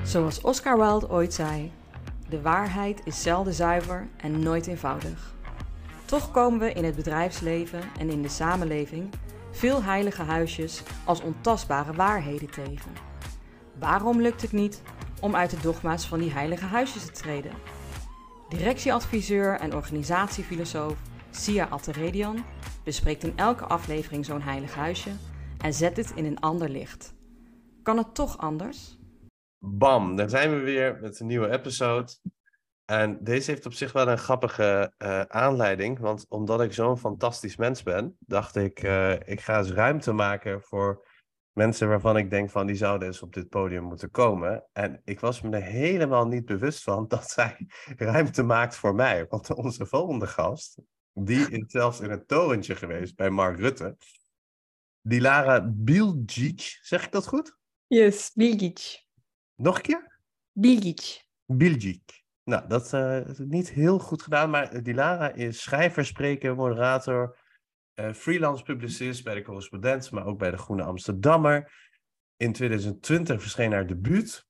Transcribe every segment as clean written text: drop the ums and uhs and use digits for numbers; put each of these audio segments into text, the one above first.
Zoals Oscar Wilde ooit zei, de waarheid is zelden zuiver en nooit eenvoudig. Toch komen we in het bedrijfsleven en in de samenleving veel heilige huisjes als ontastbare waarheden tegen. Waarom lukt het niet om uit de dogma's van die heilige huisjes te treden? Directieadviseur en organisatiefilosoof Sia Atteredian bespreekt in elke aflevering zo'n heilig huisje en zet dit in een ander licht. Kan het toch anders? Bam, daar zijn we weer met een nieuwe episode. En deze heeft op zich wel een grappige aanleiding. Want omdat ik zo'n fantastisch mens ben, dacht ik, ik ga eens ruimte maken voor mensen waarvan ik denk van die zouden eens op dit podium moeten komen. En ik was me er helemaal niet bewust van dat zij ruimte maakt voor mij. Want onze volgende gast, die is zelfs in het torentje geweest bij Mark Rutte. Dilara Bilgic, zeg ik dat goed? Yes, Bilgic. Nog een keer? Bilgic. Bilgic. Nou, dat is niet heel goed gedaan, maar Dilara is schrijver, spreker, moderator, freelance publicist bij de Correspondent, maar ook bij de Groene Amsterdammer. In 2020 verscheen haar debuut.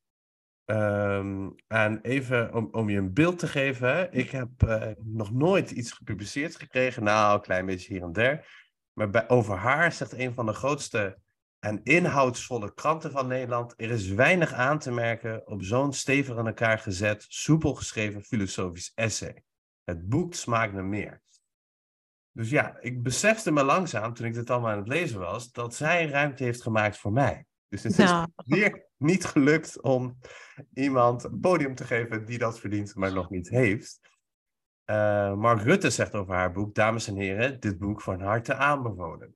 En even om je een beeld te geven, hè, ik heb nog nooit iets gepubliceerd gekregen, nou, een klein beetje hier en der. Maar over haar zegt een van de grootste en inhoudsvolle kranten van Nederland: er is weinig aan te merken op zo'n stevig aan elkaar gezet, soepel geschreven filosofisch essay. Het boek smaakt naar meer. Dus ja, ik besefte me langzaam, toen ik dit allemaal aan het lezen was, dat zij ruimte heeft gemaakt voor mij. Dus het is weer niet gelukt om iemand een podium te geven die dat verdient, maar nog niet heeft. Mark Rutte zegt over haar boek: dames en heren, dit boek van harte aanbevolen.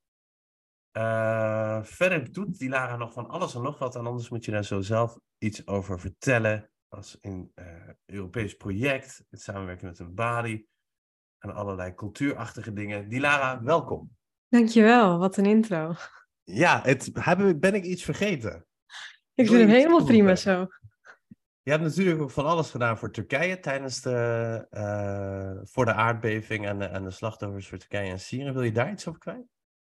Verder doet Dilara nog van alles en nog wat. En anders moet je daar zo zelf iets over vertellen. Als een Europees project. In samenwerking met een body. En allerlei cultuurachtige dingen. Dilara, welkom. Dankjewel, wat een intro. Ja, ben ik iets vergeten? Ik vind hem helemaal prima zo. Je hebt natuurlijk ook van alles gedaan voor Turkije tijdens voor de aardbeving en de slachtoffers voor Turkije en Syrië. Wil je daar iets over kwijt?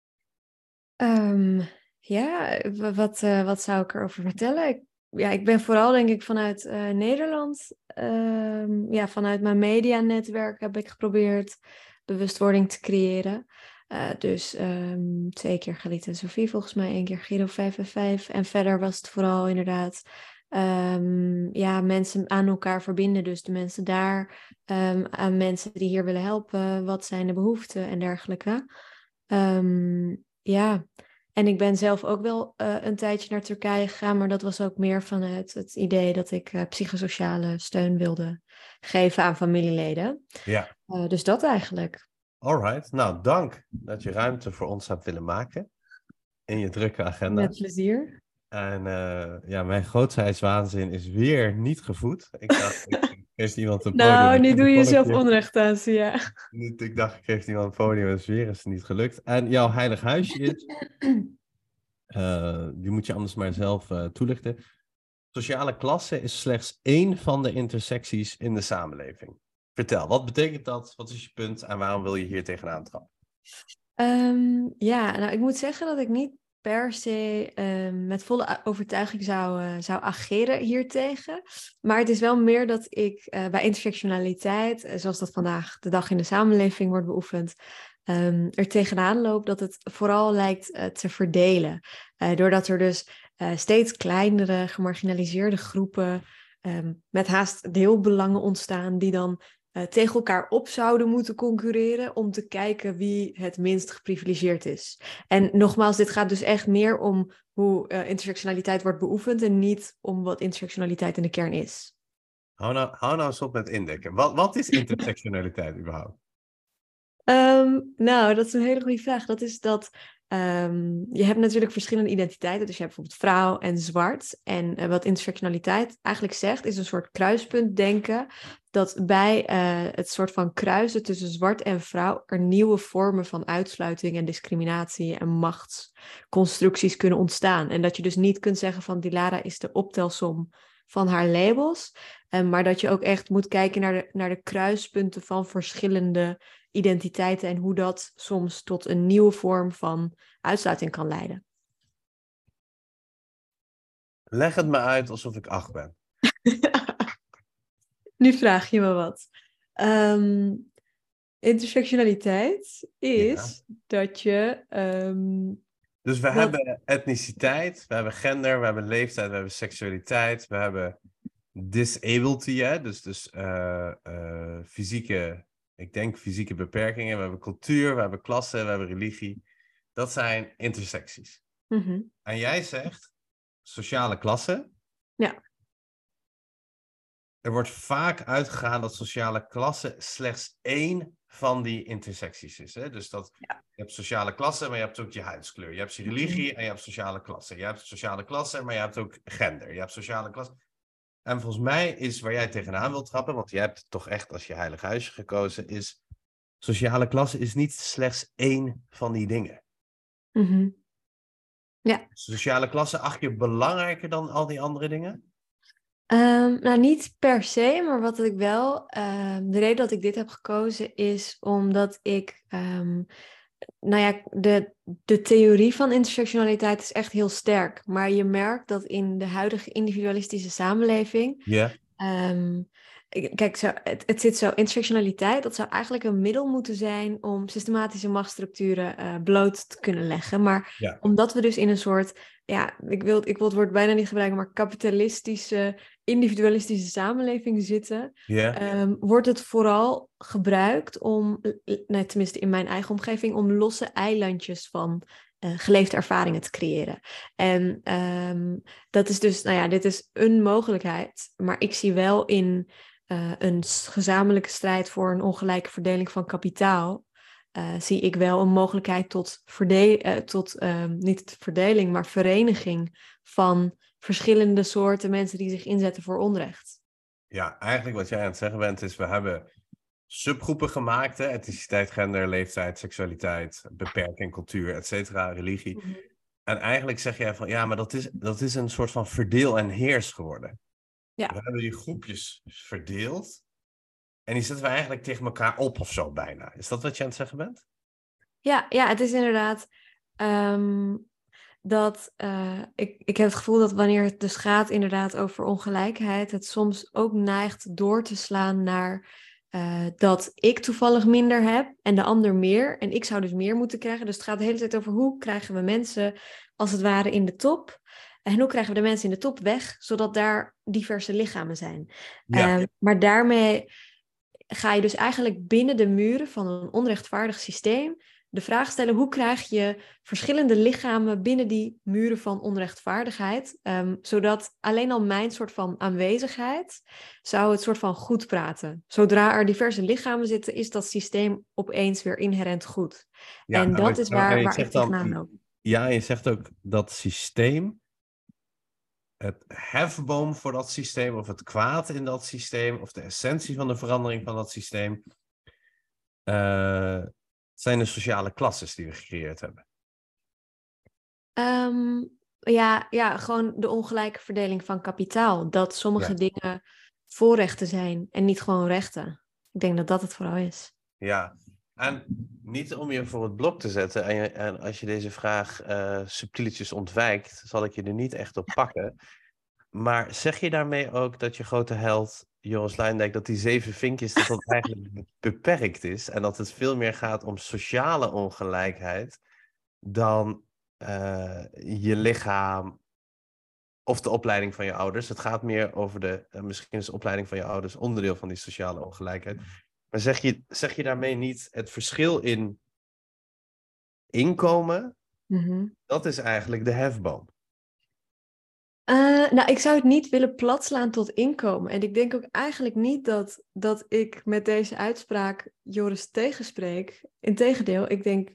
Ja, wat zou ik erover vertellen? Ik ben vooral denk ik vanuit Nederland, vanuit mijn medianetwerk heb ik geprobeerd bewustwording te creëren. Dus 2 keer Galit en Sofie, volgens mij 1 keer Giro 555. En verder was het vooral inderdaad mensen aan elkaar verbinden. Dus de mensen daar, aan mensen die hier willen helpen. Wat zijn de behoeften en dergelijke. En ik ben zelf ook wel een tijdje naar Turkije gegaan, maar dat was ook meer vanuit het idee dat ik psychosociale steun wilde geven aan familieleden. Ja. Dus dat eigenlijk. Alright, nou dank dat je ruimte voor ons hebt willen maken in je drukke agenda. Met plezier. En mijn grootheidswaanzin is weer niet gevoed. Ik dacht, ik geef iemand een podium. Nou, nu doe je jezelf onrecht aan, ja. Ik dacht, ik geef iemand een podium en weer is het niet gelukt. En jouw heilig huisje is, die moet je anders maar zelf toelichten. Sociale klasse is slechts 1 van de intersecties in de samenleving. Vertel, wat betekent dat? Wat is je punt en waarom wil je hier tegenaan trappen? Ik moet zeggen dat ik niet per se met volle overtuiging zou ageren hiertegen. Maar het is wel meer dat ik bij intersectionaliteit, zoals dat vandaag de dag in de samenleving wordt beoefend, er tegenaan loop dat het vooral lijkt te verdelen. Doordat er dus steeds kleinere, gemarginaliseerde groepen met haast deelbelangen ontstaan die dan tegen elkaar op zouden moeten concurreren om te kijken wie het minst geprivilegeerd is. En nogmaals, dit gaat dus echt meer om hoe intersectionaliteit wordt beoefend en niet om wat intersectionaliteit in de kern is. Hou nou eens op met indekken. Wat is intersectionaliteit überhaupt? Dat is een hele goede vraag. Dat is dat je hebt natuurlijk verschillende identiteiten. Dus je hebt bijvoorbeeld vrouw en zwart. En wat intersectionaliteit eigenlijk zegt, is een soort kruispuntdenken. Dat bij het soort van kruisen tussen zwart en vrouw er nieuwe vormen van uitsluiting en discriminatie en machtsconstructies kunnen ontstaan. En dat je dus niet kunt zeggen van Dilara is de optelsom van haar labels. Maar dat je ook echt moet kijken naar de kruispunten van verschillende identiteiten en hoe dat soms tot een nieuwe vorm van uitsluiting kan leiden. Leg het me uit alsof ik 8 ben. Nu vraag je me wat. Intersectionaliteit is dat je... Dus we hebben etniciteit, we hebben gender, we hebben leeftijd, we hebben seksualiteit, we hebben disability, hè? Dus fysieke beperkingen. We hebben cultuur, we hebben klasse, we hebben religie. Dat zijn intersecties. Mhm. En jij zegt sociale klasse. Ja. Er wordt vaak uitgegaan dat sociale klasse slechts één van die intersecties is. Hè? Dus je hebt sociale klasse, maar je hebt ook je huidskleur. Je hebt je religie en je hebt sociale klasse. Je hebt sociale klasse, maar je hebt ook gender. Je hebt sociale klasse. En volgens mij is waar jij tegenaan wilt trappen, want je hebt toch echt als je heilig huisje gekozen, is sociale klasse is niet slechts één van die dingen. Mhm. Ja. Sociale klasse acht je belangrijker dan al die andere dingen? Nou, niet per se, maar wat ik wel... de reden dat ik dit heb gekozen is omdat ik... de theorie van intersectionaliteit is echt heel sterk. Maar je merkt dat in de huidige individualistische samenleving... Ja. Kijk, het zit zo, intersectionaliteit, dat zou eigenlijk een middel moeten zijn om systematische machtsstructuren bloot te kunnen leggen. Maar omdat we dus in een soort, ik wil het woord bijna niet gebruiken, maar kapitalistische, individualistische samenleving zitten, wordt het vooral gebruikt om, tenminste in mijn eigen omgeving, om losse eilandjes van geleefde ervaringen te creëren. En dat is dus, dit is een mogelijkheid, maar ik zie wel in een gezamenlijke strijd voor een ongelijke verdeling van kapitaal, zie ik wel een mogelijkheid tot niet verdeling, maar vereniging van verschillende soorten mensen die zich inzetten voor onrecht. Ja, eigenlijk wat jij aan het zeggen bent is, we hebben subgroepen gemaakt, hè? Etniciteit, gender, leeftijd, seksualiteit, beperking, cultuur, et cetera, religie. Mm-hmm. En eigenlijk zeg jij van, ja, maar dat is een soort van verdeel en heers geworden. Ja. We hebben die groepjes verdeeld en die zetten we eigenlijk tegen elkaar op of zo bijna. Is dat wat je aan het zeggen bent? Ja, het is inderdaad dat ik heb het gevoel dat wanneer het dus gaat inderdaad over ongelijkheid, het soms ook neigt door te slaan naar dat ik toevallig minder heb en de ander meer. En ik zou dus meer moeten krijgen. Dus het gaat de hele tijd over hoe krijgen we mensen als het ware in de top. En hoe krijgen we de mensen in de top weg, zodat daar diverse lichamen zijn. Ja. Maar daarmee ga je dus eigenlijk binnen de muren van een onrechtvaardig systeem de vraag stellen, hoe krijg je verschillende lichamen binnen die muren van onrechtvaardigheid, zodat alleen al mijn soort van aanwezigheid zou het soort van goed praten. Zodra er diverse lichamen zitten, is dat systeem opeens weer inherent goed. Ja, en dat is waar ik tegenaan loop. Ja, je zegt ook dat systeem, het hefboom voor dat systeem, of het kwaad in dat systeem, of de essentie van de verandering van dat systeem, zijn de sociale klasses die we gecreëerd hebben. Gewoon de ongelijke verdeling van kapitaal. Dat sommige dingen voorrechten zijn en niet gewoon rechten. Ik denk dat dat het vooral is. Ja, en niet om je voor het blok te zetten. En als je deze vraag subtieletjes ontwijkt, zal ik je er niet echt op pakken. Maar zeg je daarmee ook dat je grote held Joris Luijendijk, dat die 7 vinkjes, dat eigenlijk beperkt is en dat het veel meer gaat om sociale ongelijkheid dan je lichaam of de opleiding van je ouders. Het gaat meer over misschien is de opleiding van je ouders onderdeel van die sociale ongelijkheid. Maar zeg je daarmee niet het verschil in inkomen? Mm-hmm. Dat is eigenlijk de hefboom. Ik zou het niet willen platslaan tot inkomen. En ik denk ook eigenlijk niet dat ik met deze uitspraak Joris tegenspreek. Integendeel, ik denk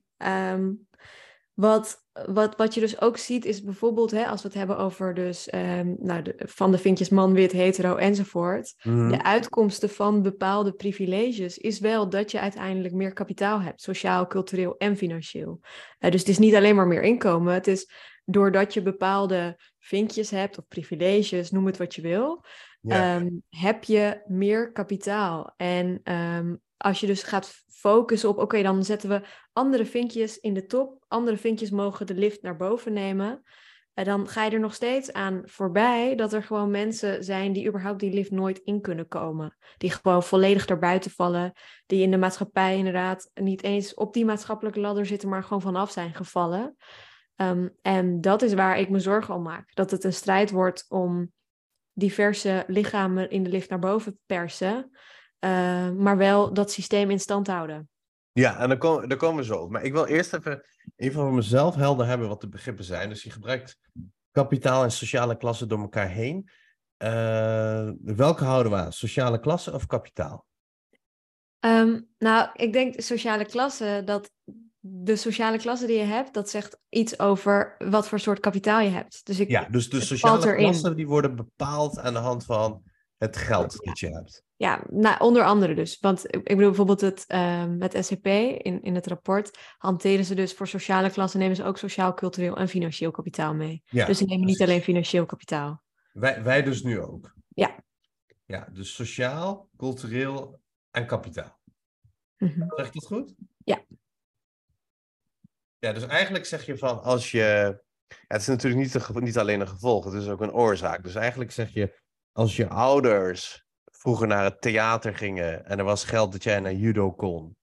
wat je dus ook ziet is bijvoorbeeld, als we het hebben over dus, van de vinkjes man, wit, hetero enzovoort. Mm-hmm. De uitkomsten van bepaalde privileges is wel dat je uiteindelijk meer kapitaal hebt. Sociaal, cultureel en financieel. Dus het is niet alleen maar meer inkomen. Het is doordat je bepaalde vinkjes hebt of privileges, noem het wat je wil, heb je meer kapitaal. En als je dus gaat focussen op, oké, dan zetten we andere vinkjes in de top, andere vinkjes mogen de lift naar boven nemen, dan ga je er nog steeds aan voorbij dat er gewoon mensen zijn die überhaupt die lift nooit in kunnen komen. Die gewoon volledig erbuiten vallen, die in de maatschappij inderdaad niet eens op die maatschappelijke ladder zitten, maar gewoon vanaf zijn gevallen. En dat is waar ik me zorgen om maak. Dat het een strijd wordt om diverse lichamen in de lift naar boven te persen, maar wel dat systeem in stand houden. Ja, en daar komen we zo op. Maar ik wil eerst even voor mezelf helder hebben wat de begrippen zijn. Dus je gebruikt kapitaal en sociale klasse door elkaar heen. Welke houden we aan? Sociale klasse of kapitaal? Nou, ik denk sociale klasse, dat de sociale klasse die je hebt, dat zegt iets over wat voor soort kapitaal je hebt. Dus Dus de het valt sociale erin. klassen die worden bepaald aan de hand van het geld dat je hebt. Ja, nou, onder andere dus. Want ik bedoel bijvoorbeeld het SCP in het rapport hanteren ze dus voor sociale klassen, nemen ze ook sociaal, cultureel en financieel kapitaal mee. Ja, dus ze nemen niet precies. alleen financieel kapitaal. Wij dus nu ook. Ja. Ja, dus sociaal, cultureel en kapitaal. Mhm. Zeg ik dat goed? Ja. Ja, dus eigenlijk zeg je van als je... Ja, het is natuurlijk niet alleen een gevolg, het is ook een oorzaak. Dus eigenlijk zeg je, als je ouders vroeger naar het theater gingen en er was geld dat jij naar judo kon.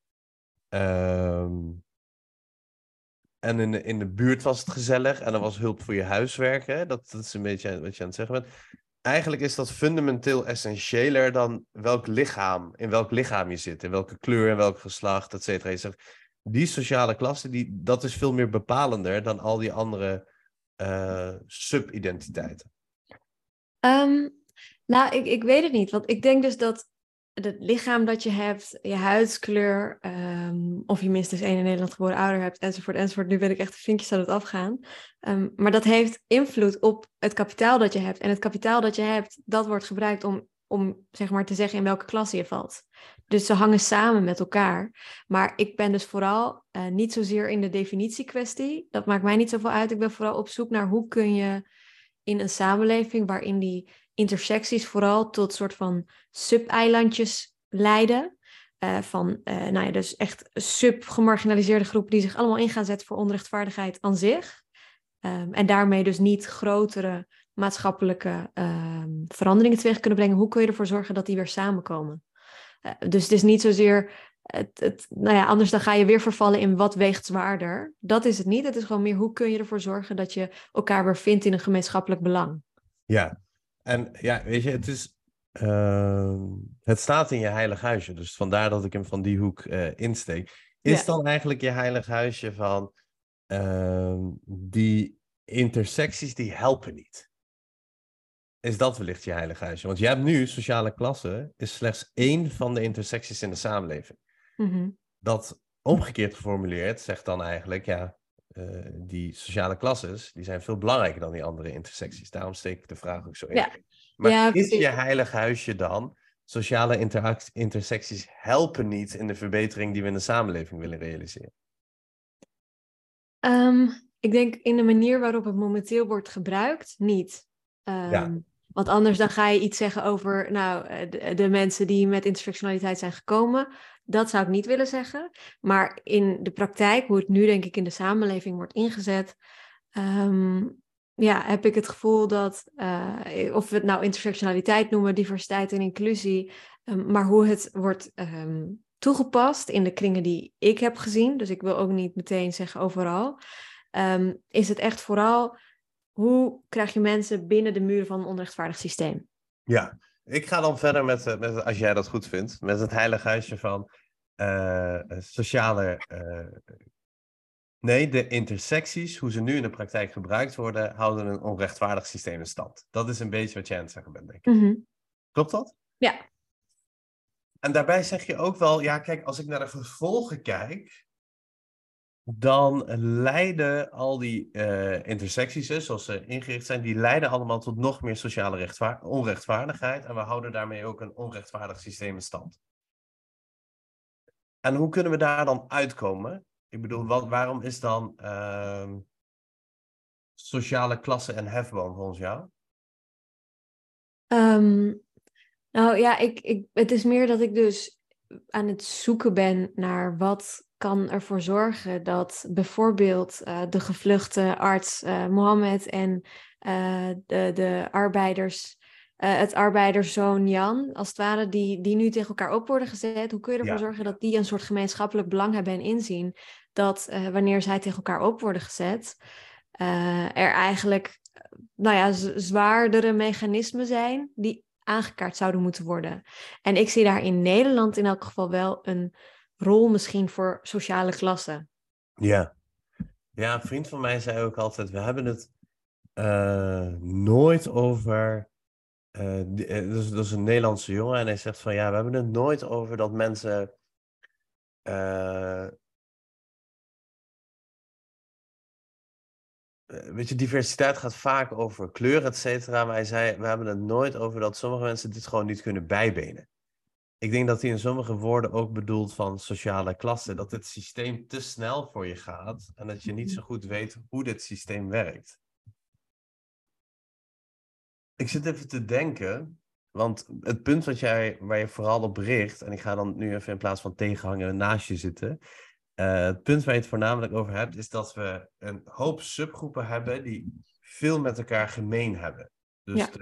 En in de buurt was het gezellig en er was hulp voor je huiswerk. Hè? Dat is een beetje wat je aan het zeggen bent. Eigenlijk is dat fundamenteel essentiëler dan in welk lichaam je zit. In welke kleur, in welk geslacht, et cetera. Je zegt, die sociale klasse, dat is veel meer bepalender dan al die andere subidentiteiten. Nou, ik weet het niet. Want ik denk dus dat het lichaam dat je hebt, je huidskleur, of je minstens één in Nederland geboren ouder hebt, enzovoort. Nu ben ik echt de vinkjes aan het afgaan. Maar dat heeft invloed op het kapitaal dat je hebt. En het kapitaal dat je hebt, dat wordt gebruikt om zeg maar te zeggen in welke klasse je valt. Dus ze hangen samen met elkaar. Maar ik ben dus vooral niet zozeer in de definitiekwestie. Dat maakt mij niet zoveel uit. Ik ben vooral op zoek naar hoe kun je in een samenleving waarin die intersecties vooral tot soort van sub-eilandjes leiden. Dus echt sub-gemarginaliseerde groepen die zich allemaal in gaan zetten voor onrechtvaardigheid aan zich. En daarmee dus niet grotere maatschappelijke veranderingen teweeg kunnen brengen. Hoe kun je ervoor zorgen dat die weer samenkomen? Dus het is niet zozeer... anders dan ga je weer vervallen in wat weegt zwaarder. Dat is het niet. Het is gewoon meer hoe kun je ervoor zorgen dat je elkaar weer vindt in een gemeenschappelijk belang. Ja, en ja, weet je, het staat in je heilig huisje. Dus vandaar dat ik hem van die hoek insteek. Is dan eigenlijk je heilig huisje van die intersecties die helpen niet? Is dat wellicht je heilig huisje? Want je hebt nu, sociale klasse, is slechts één van de intersecties in de samenleving. Mm-hmm. Dat omgekeerd geformuleerd zegt dan eigenlijk, die sociale klasses, die zijn veel belangrijker dan die andere intersecties. Daarom steek ik de vraag ook zo in. Ja. Maar is je heilig huisje dan, sociale intersecties helpen niet in de verbetering die we in de samenleving willen realiseren? Ik denk in de manier waarop het momenteel wordt gebruikt, niet. Want anders dan ga je iets zeggen over de mensen die met intersectionaliteit zijn gekomen. Dat zou ik niet willen zeggen. Maar in de praktijk, hoe het nu denk ik in de samenleving wordt ingezet, heb ik het gevoel dat, of we het nou intersectionaliteit noemen, diversiteit en inclusie, maar hoe het wordt toegepast in de kringen die ik heb gezien, dus ik wil ook niet meteen zeggen overal, is het echt vooral hoe krijg je mensen binnen de muren van een onrechtvaardig systeem. Ja, ik ga dan verder met als jij dat goed vindt, met het heilig huisje van de intersecties, hoe ze nu in de praktijk gebruikt worden, houden een onrechtvaardig systeem in stand. Dat is een beetje wat jij aan het zeggen bent, denk ik. Mm-hmm. Klopt dat? Ja. En daarbij zeg je ook wel, ja kijk, als ik naar de gevolgen kijk, dan leiden al die intersecties, zoals ze ingericht zijn, die leiden allemaal tot nog meer sociale onrechtvaardigheid. En we houden daarmee ook een onrechtvaardig systeem in stand. En hoe kunnen we daar dan uitkomen? Ik bedoel, waarom is dan sociale klasse en hefboom volgens jou? Het is meer dat ik dus aan het zoeken ben naar wat kan ervoor zorgen dat bijvoorbeeld de gevluchte arts Mohammed en de arbeiders, het arbeiderszoon Jan, als het ware, die nu tegen elkaar op worden gezet. Hoe kun je ervoor zorgen dat die een soort gemeenschappelijk belang hebben en inzien dat wanneer zij tegen elkaar op worden gezet, er eigenlijk zwaardere mechanismen zijn die aangekaart zouden moeten worden. En ik zie daar in Nederland in elk geval wel een rol misschien voor sociale klassen. Ja. Ja, een vriend van mij zei ook altijd, we hebben het nooit over... dat is een Nederlandse jongen en hij zegt van, ja, we hebben het nooit over dat mensen... weet je, diversiteit gaat vaak over kleur, et cetera. Maar hij zei, we hebben het nooit over dat sommige mensen dit gewoon niet kunnen bijbenen. Ik denk dat hij in sommige woorden ook bedoelt van sociale klasse. Dat het systeem te snel voor je gaat. En dat je niet zo goed weet hoe dit systeem werkt. Ik zit even te denken. Want het punt waar je vooral op richt. En ik ga dan nu even in plaats van tegenhangen naast je zitten. Het punt waar je het voornamelijk over hebt. Is dat we een hoop subgroepen hebben die veel met elkaar gemeen hebben. Dus Ja.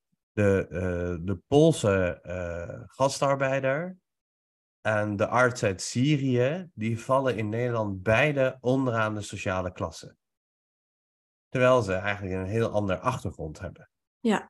de Poolse gastarbeider en de arts uit Syrië, die vallen in Nederland beide onderaan de sociale klasse. Terwijl ze eigenlijk een heel ander achtergrond hebben. Ja.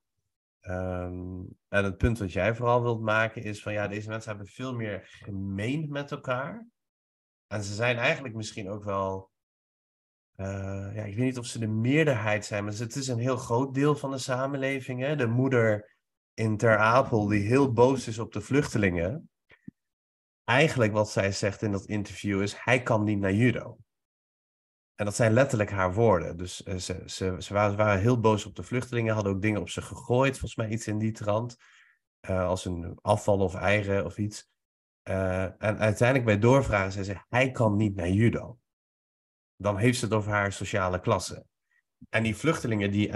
En het punt wat jij vooral wilt maken is van ja, deze mensen hebben veel meer gemeen met elkaar. En ze zijn eigenlijk misschien ook wel... ik weet niet of ze de meerderheid zijn, maar het is een heel groot deel van de samenleving. Hè? De moeder in Ter Apel die heel boos is op de vluchtelingen. Eigenlijk wat zij zegt in dat interview is, hij kan niet naar judo. En dat zijn letterlijk haar woorden. Dus ze waren heel boos op de vluchtelingen, hadden ook dingen op ze gegooid, volgens mij iets in die trant. Als een afval of eieren of iets. En uiteindelijk bij doorvragen zei ze, hij kan niet naar judo. Dan heeft ze het over haar sociale klasse. En die vluchtelingen die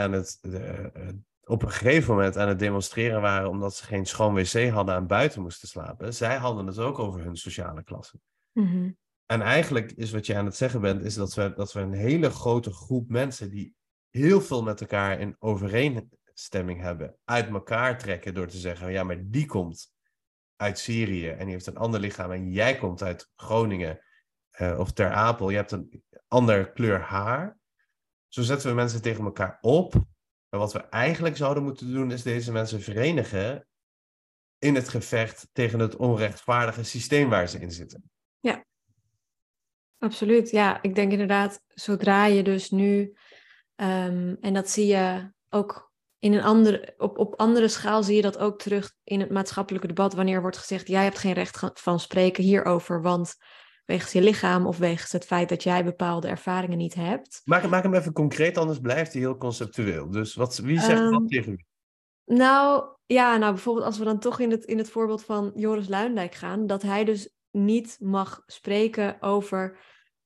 op een gegeven moment aan het demonstreren waren omdat ze geen schoon wc hadden en buiten moesten slapen, zij hadden het ook over hun sociale klasse. Mm-hmm. En eigenlijk is wat je aan het zeggen bent, is dat we een hele grote groep mensen die heel veel met elkaar in overeenstemming hebben, uit elkaar trekken door te zeggen, ja, maar die komt uit Syrië en die heeft een ander lichaam en jij komt uit Groningen of Ter Apel, je hebt een ander kleur haar. Zo zetten we mensen tegen elkaar op. En wat we eigenlijk zouden moeten doen, is deze mensen verenigen in het gevecht tegen het onrechtvaardige systeem waar ze in zitten. Ja, absoluut. Ja, ik denk inderdaad, zodra je dus nu, en dat zie je ook op andere schaal zie je dat ook terug in het maatschappelijke debat, wanneer wordt gezegd, jij hebt geen recht van spreken hierover, want wegens je lichaam of wegens het feit dat jij bepaalde ervaringen niet hebt. Maak hem even concreet, anders blijft hij heel conceptueel. Dus wie zegt wat tegen wie? Nou, bijvoorbeeld als we dan toch in het voorbeeld van Joris Luijendijk gaan, dat hij dus niet mag spreken over,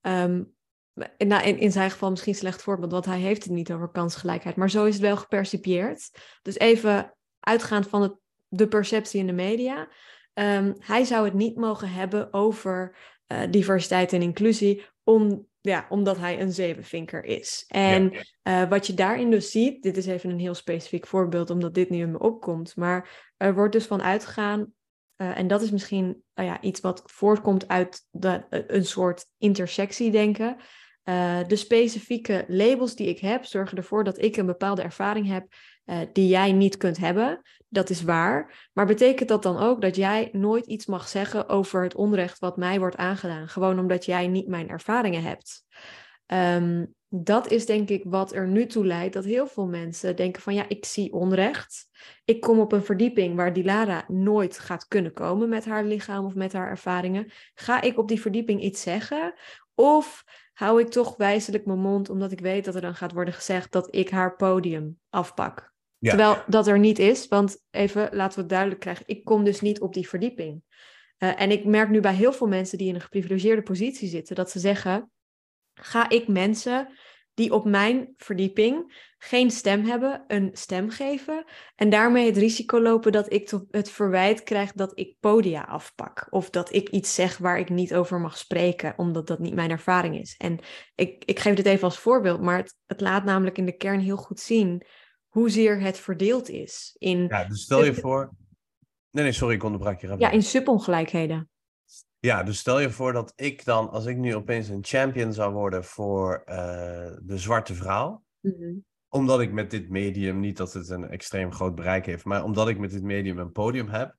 in zijn geval misschien slecht voorbeeld, want hij heeft het niet over kansgelijkheid, maar zo is het wel gepercipieerd. Dus even uitgaand van de perceptie in de media. Hij zou het niet mogen hebben over diversiteit en inclusie, omdat hij een zevenvinker is. En wat je daarin dus ziet, dit is even een heel specifiek voorbeeld, omdat dit nu in me opkomt, maar er wordt dus van uitgegaan, en dat is misschien iets wat voortkomt uit een soort intersectiedenken. De specifieke labels die ik heb, zorgen ervoor dat ik een bepaalde ervaring heb die jij niet kunt hebben. Dat is waar. Maar betekent dat dan ook dat jij nooit iets mag zeggen over het onrecht wat mij wordt aangedaan? Gewoon omdat jij niet mijn ervaringen hebt. Dat is denk ik wat er nu toe leidt dat heel veel mensen denken van ja, ik zie onrecht. Ik kom op een verdieping waar Dilara nooit gaat kunnen komen met haar lichaam of met haar ervaringen. Ga ik op die verdieping iets zeggen? Of hou ik toch wijselijk mijn mond omdat ik weet dat er dan gaat worden gezegd dat ik haar podium afpak? Ja. Terwijl dat er niet is, want even laten we het duidelijk krijgen. Ik kom dus niet op die verdieping. En ik merk nu bij heel veel mensen die in een geprivilegeerde positie zitten, dat ze zeggen, ga ik mensen die op mijn verdieping geen stem hebben, een stem geven. En daarmee het risico lopen dat ik het verwijt krijg dat ik podia afpak. Of dat ik iets zeg waar ik niet over mag spreken, omdat dat niet mijn ervaring is. En ik geef dit even als voorbeeld, maar het laat namelijk in de kern heel goed zien hoezeer het verdeeld is. Ja, dus stel je voor... Nee, sorry, ik onderbrak je. Ja, in subongelijkheden. Ja, dus stel je voor dat ik dan, als ik nu opeens een champion zou worden voor de zwarte vrouw, omdat ik met dit medium, niet dat het een extreem groot bereik heeft, maar omdat ik met dit medium een podium heb,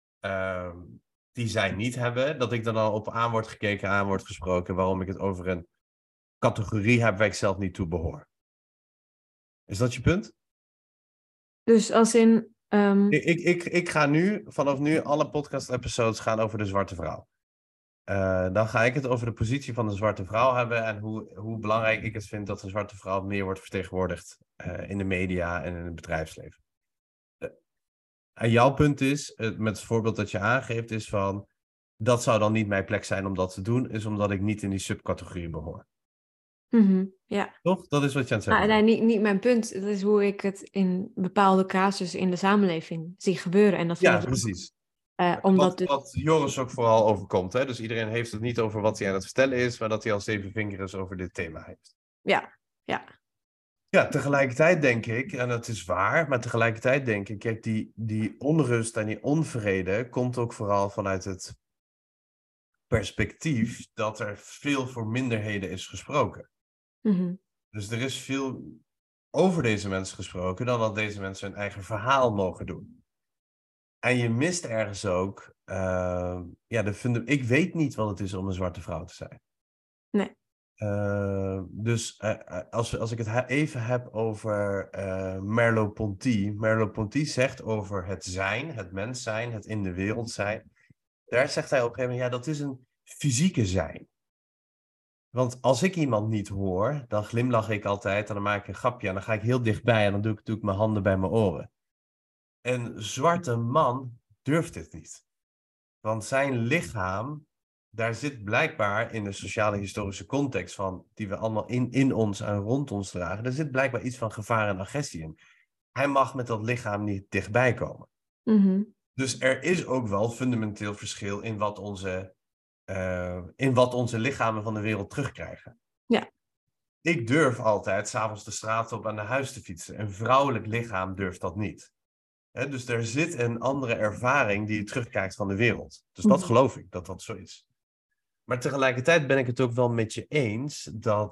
die zij niet hebben, dat ik dan al op aan wordt gekeken, aan wordt gesproken, waarom ik het over een categorie heb waar ik zelf niet toe behoor. Is dat je punt? Dus als in... Ik ga nu, vanaf nu, alle podcast-episodes gaan over de zwarte vrouw. Dan ga ik het over de positie van de zwarte vrouw hebben en hoe belangrijk ik het vind dat de zwarte vrouw meer wordt vertegenwoordigd in de media en in het bedrijfsleven. En jouw punt is, met het voorbeeld dat je aangeeft, is van, dat zou dan niet mijn plek zijn om dat te doen, is omdat ik niet in die subcategorie behoor. Ja. Toch? Dat is wat je aan het zeggen bent. Nee, niet mijn punt. Dat is hoe ik het in bepaalde casussen in de samenleving zie gebeuren. En dat vind ik precies. Omdat wat Joris ook vooral overkomt. Hè? Dus iedereen heeft het niet over wat hij aan het vertellen is, maar dat hij al 7 vingers over dit thema heeft. Ja. Ja, tegelijkertijd denk ik, en dat is waar, maar tegelijkertijd denk ik, kijk, die onrust en die onvrede komt ook vooral vanuit het perspectief dat er veel voor minderheden is gesproken. Dus er is veel over deze mensen gesproken dan dat deze mensen hun eigen verhaal mogen doen. En je mist ergens ook, ik weet niet wat het is om een zwarte vrouw te zijn. Nee. Dus als ik het even heb over Merleau-Ponty. Merleau-Ponty zegt over het zijn, het mens zijn, het in de wereld zijn. Daar zegt hij op een gegeven moment, ja, dat is een fysieke zijn. Want als ik iemand niet hoor, dan glimlach ik altijd en dan maak ik een grapje en dan ga ik heel dichtbij en dan doe ik mijn handen bij mijn oren. Een zwarte man durft dit niet. Want zijn lichaam, daar zit blijkbaar in de sociale historische context van, die we allemaal in ons en rond ons dragen, er zit blijkbaar iets van gevaar en agressie in. Hij mag met dat lichaam niet dichtbij komen. Dus er is ook wel fundamenteel verschil in wat onze lichamen van de wereld terugkrijgen. Ja. Ik durf altijd 's avonds de straat op en naar huis te fietsen. Een vrouwelijk lichaam durft dat niet. Dus er zit een andere ervaring die je terugkrijgt van de wereld. Dus dat geloof ik, dat dat zo is. Maar tegelijkertijd ben ik het ook wel met je eens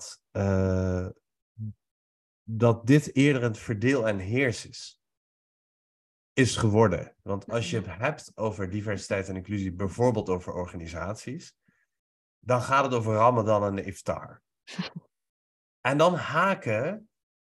dat dit eerder een verdeel en heers is geworden. Want als je het hebt over diversiteit en inclusie, bijvoorbeeld over organisaties, dan gaat het over Ramadan en de iftar. En dan haken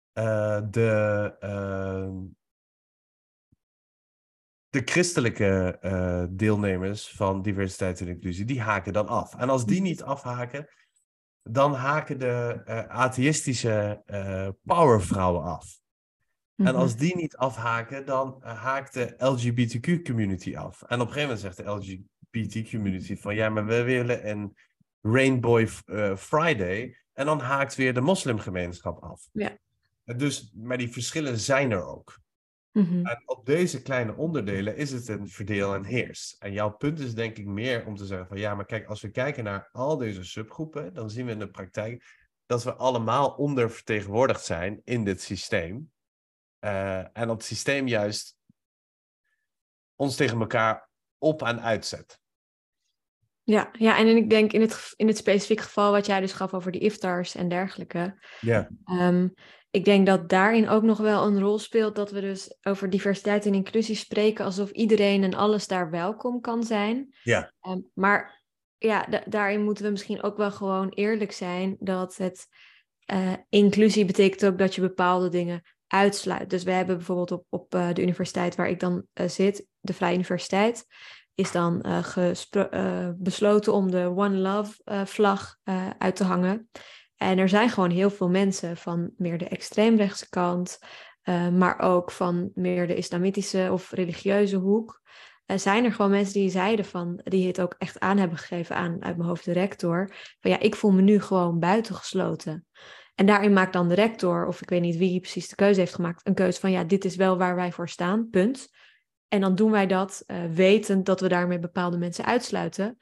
de christelijke deelnemers van diversiteit en inclusie, die haken dan af. En als die niet afhaken, dan haken de atheïstische powervrouwen af. En als die niet afhaken, dan haakt de LGBTQ-community af. En op een gegeven moment zegt de LGBT-community van, ja, maar we willen een Rainbow Friday. En dan haakt weer de moslimgemeenschap af. Ja. Maar die verschillen zijn er ook. En op deze kleine onderdelen is het een verdeel en heers. En jouw punt is denk ik meer om te zeggen van, ja, maar kijk, als we kijken naar al deze subgroepen, dan zien we in de praktijk dat we allemaal ondervertegenwoordigd zijn in dit systeem. En dat het systeem juist ons tegen elkaar op en uitzet. Ja, en ik denk in het specifieke geval wat jij dus gaf over die iftars en dergelijke. Ja. Ik denk dat daarin ook nog wel een rol speelt dat we dus over diversiteit en inclusie spreken alsof iedereen en alles daar welkom kan zijn. Ja. Maar ja, daarin moeten we misschien ook wel gewoon eerlijk zijn dat het inclusie betekent ook dat je bepaalde dingen uitsluit. Dus we hebben bijvoorbeeld op de universiteit waar ik dan zit, de Vrije Universiteit, is dan besloten om de One Love vlag uit te hangen. En er zijn gewoon heel veel mensen van meer de extreemrechtse kant, maar ook van meer de islamitische of religieuze hoek. Zijn er gewoon mensen die zeiden van, die het ook echt aan hebben gegeven aan, uit mijn hoofd de rector, van ja, ik voel me nu gewoon buitengesloten. En daarin maakt dan de rector, of ik weet niet wie precies de keuze heeft gemaakt, een keuze van ja, dit is wel waar wij voor staan, punt. En dan doen wij dat wetend dat we daarmee bepaalde mensen uitsluiten.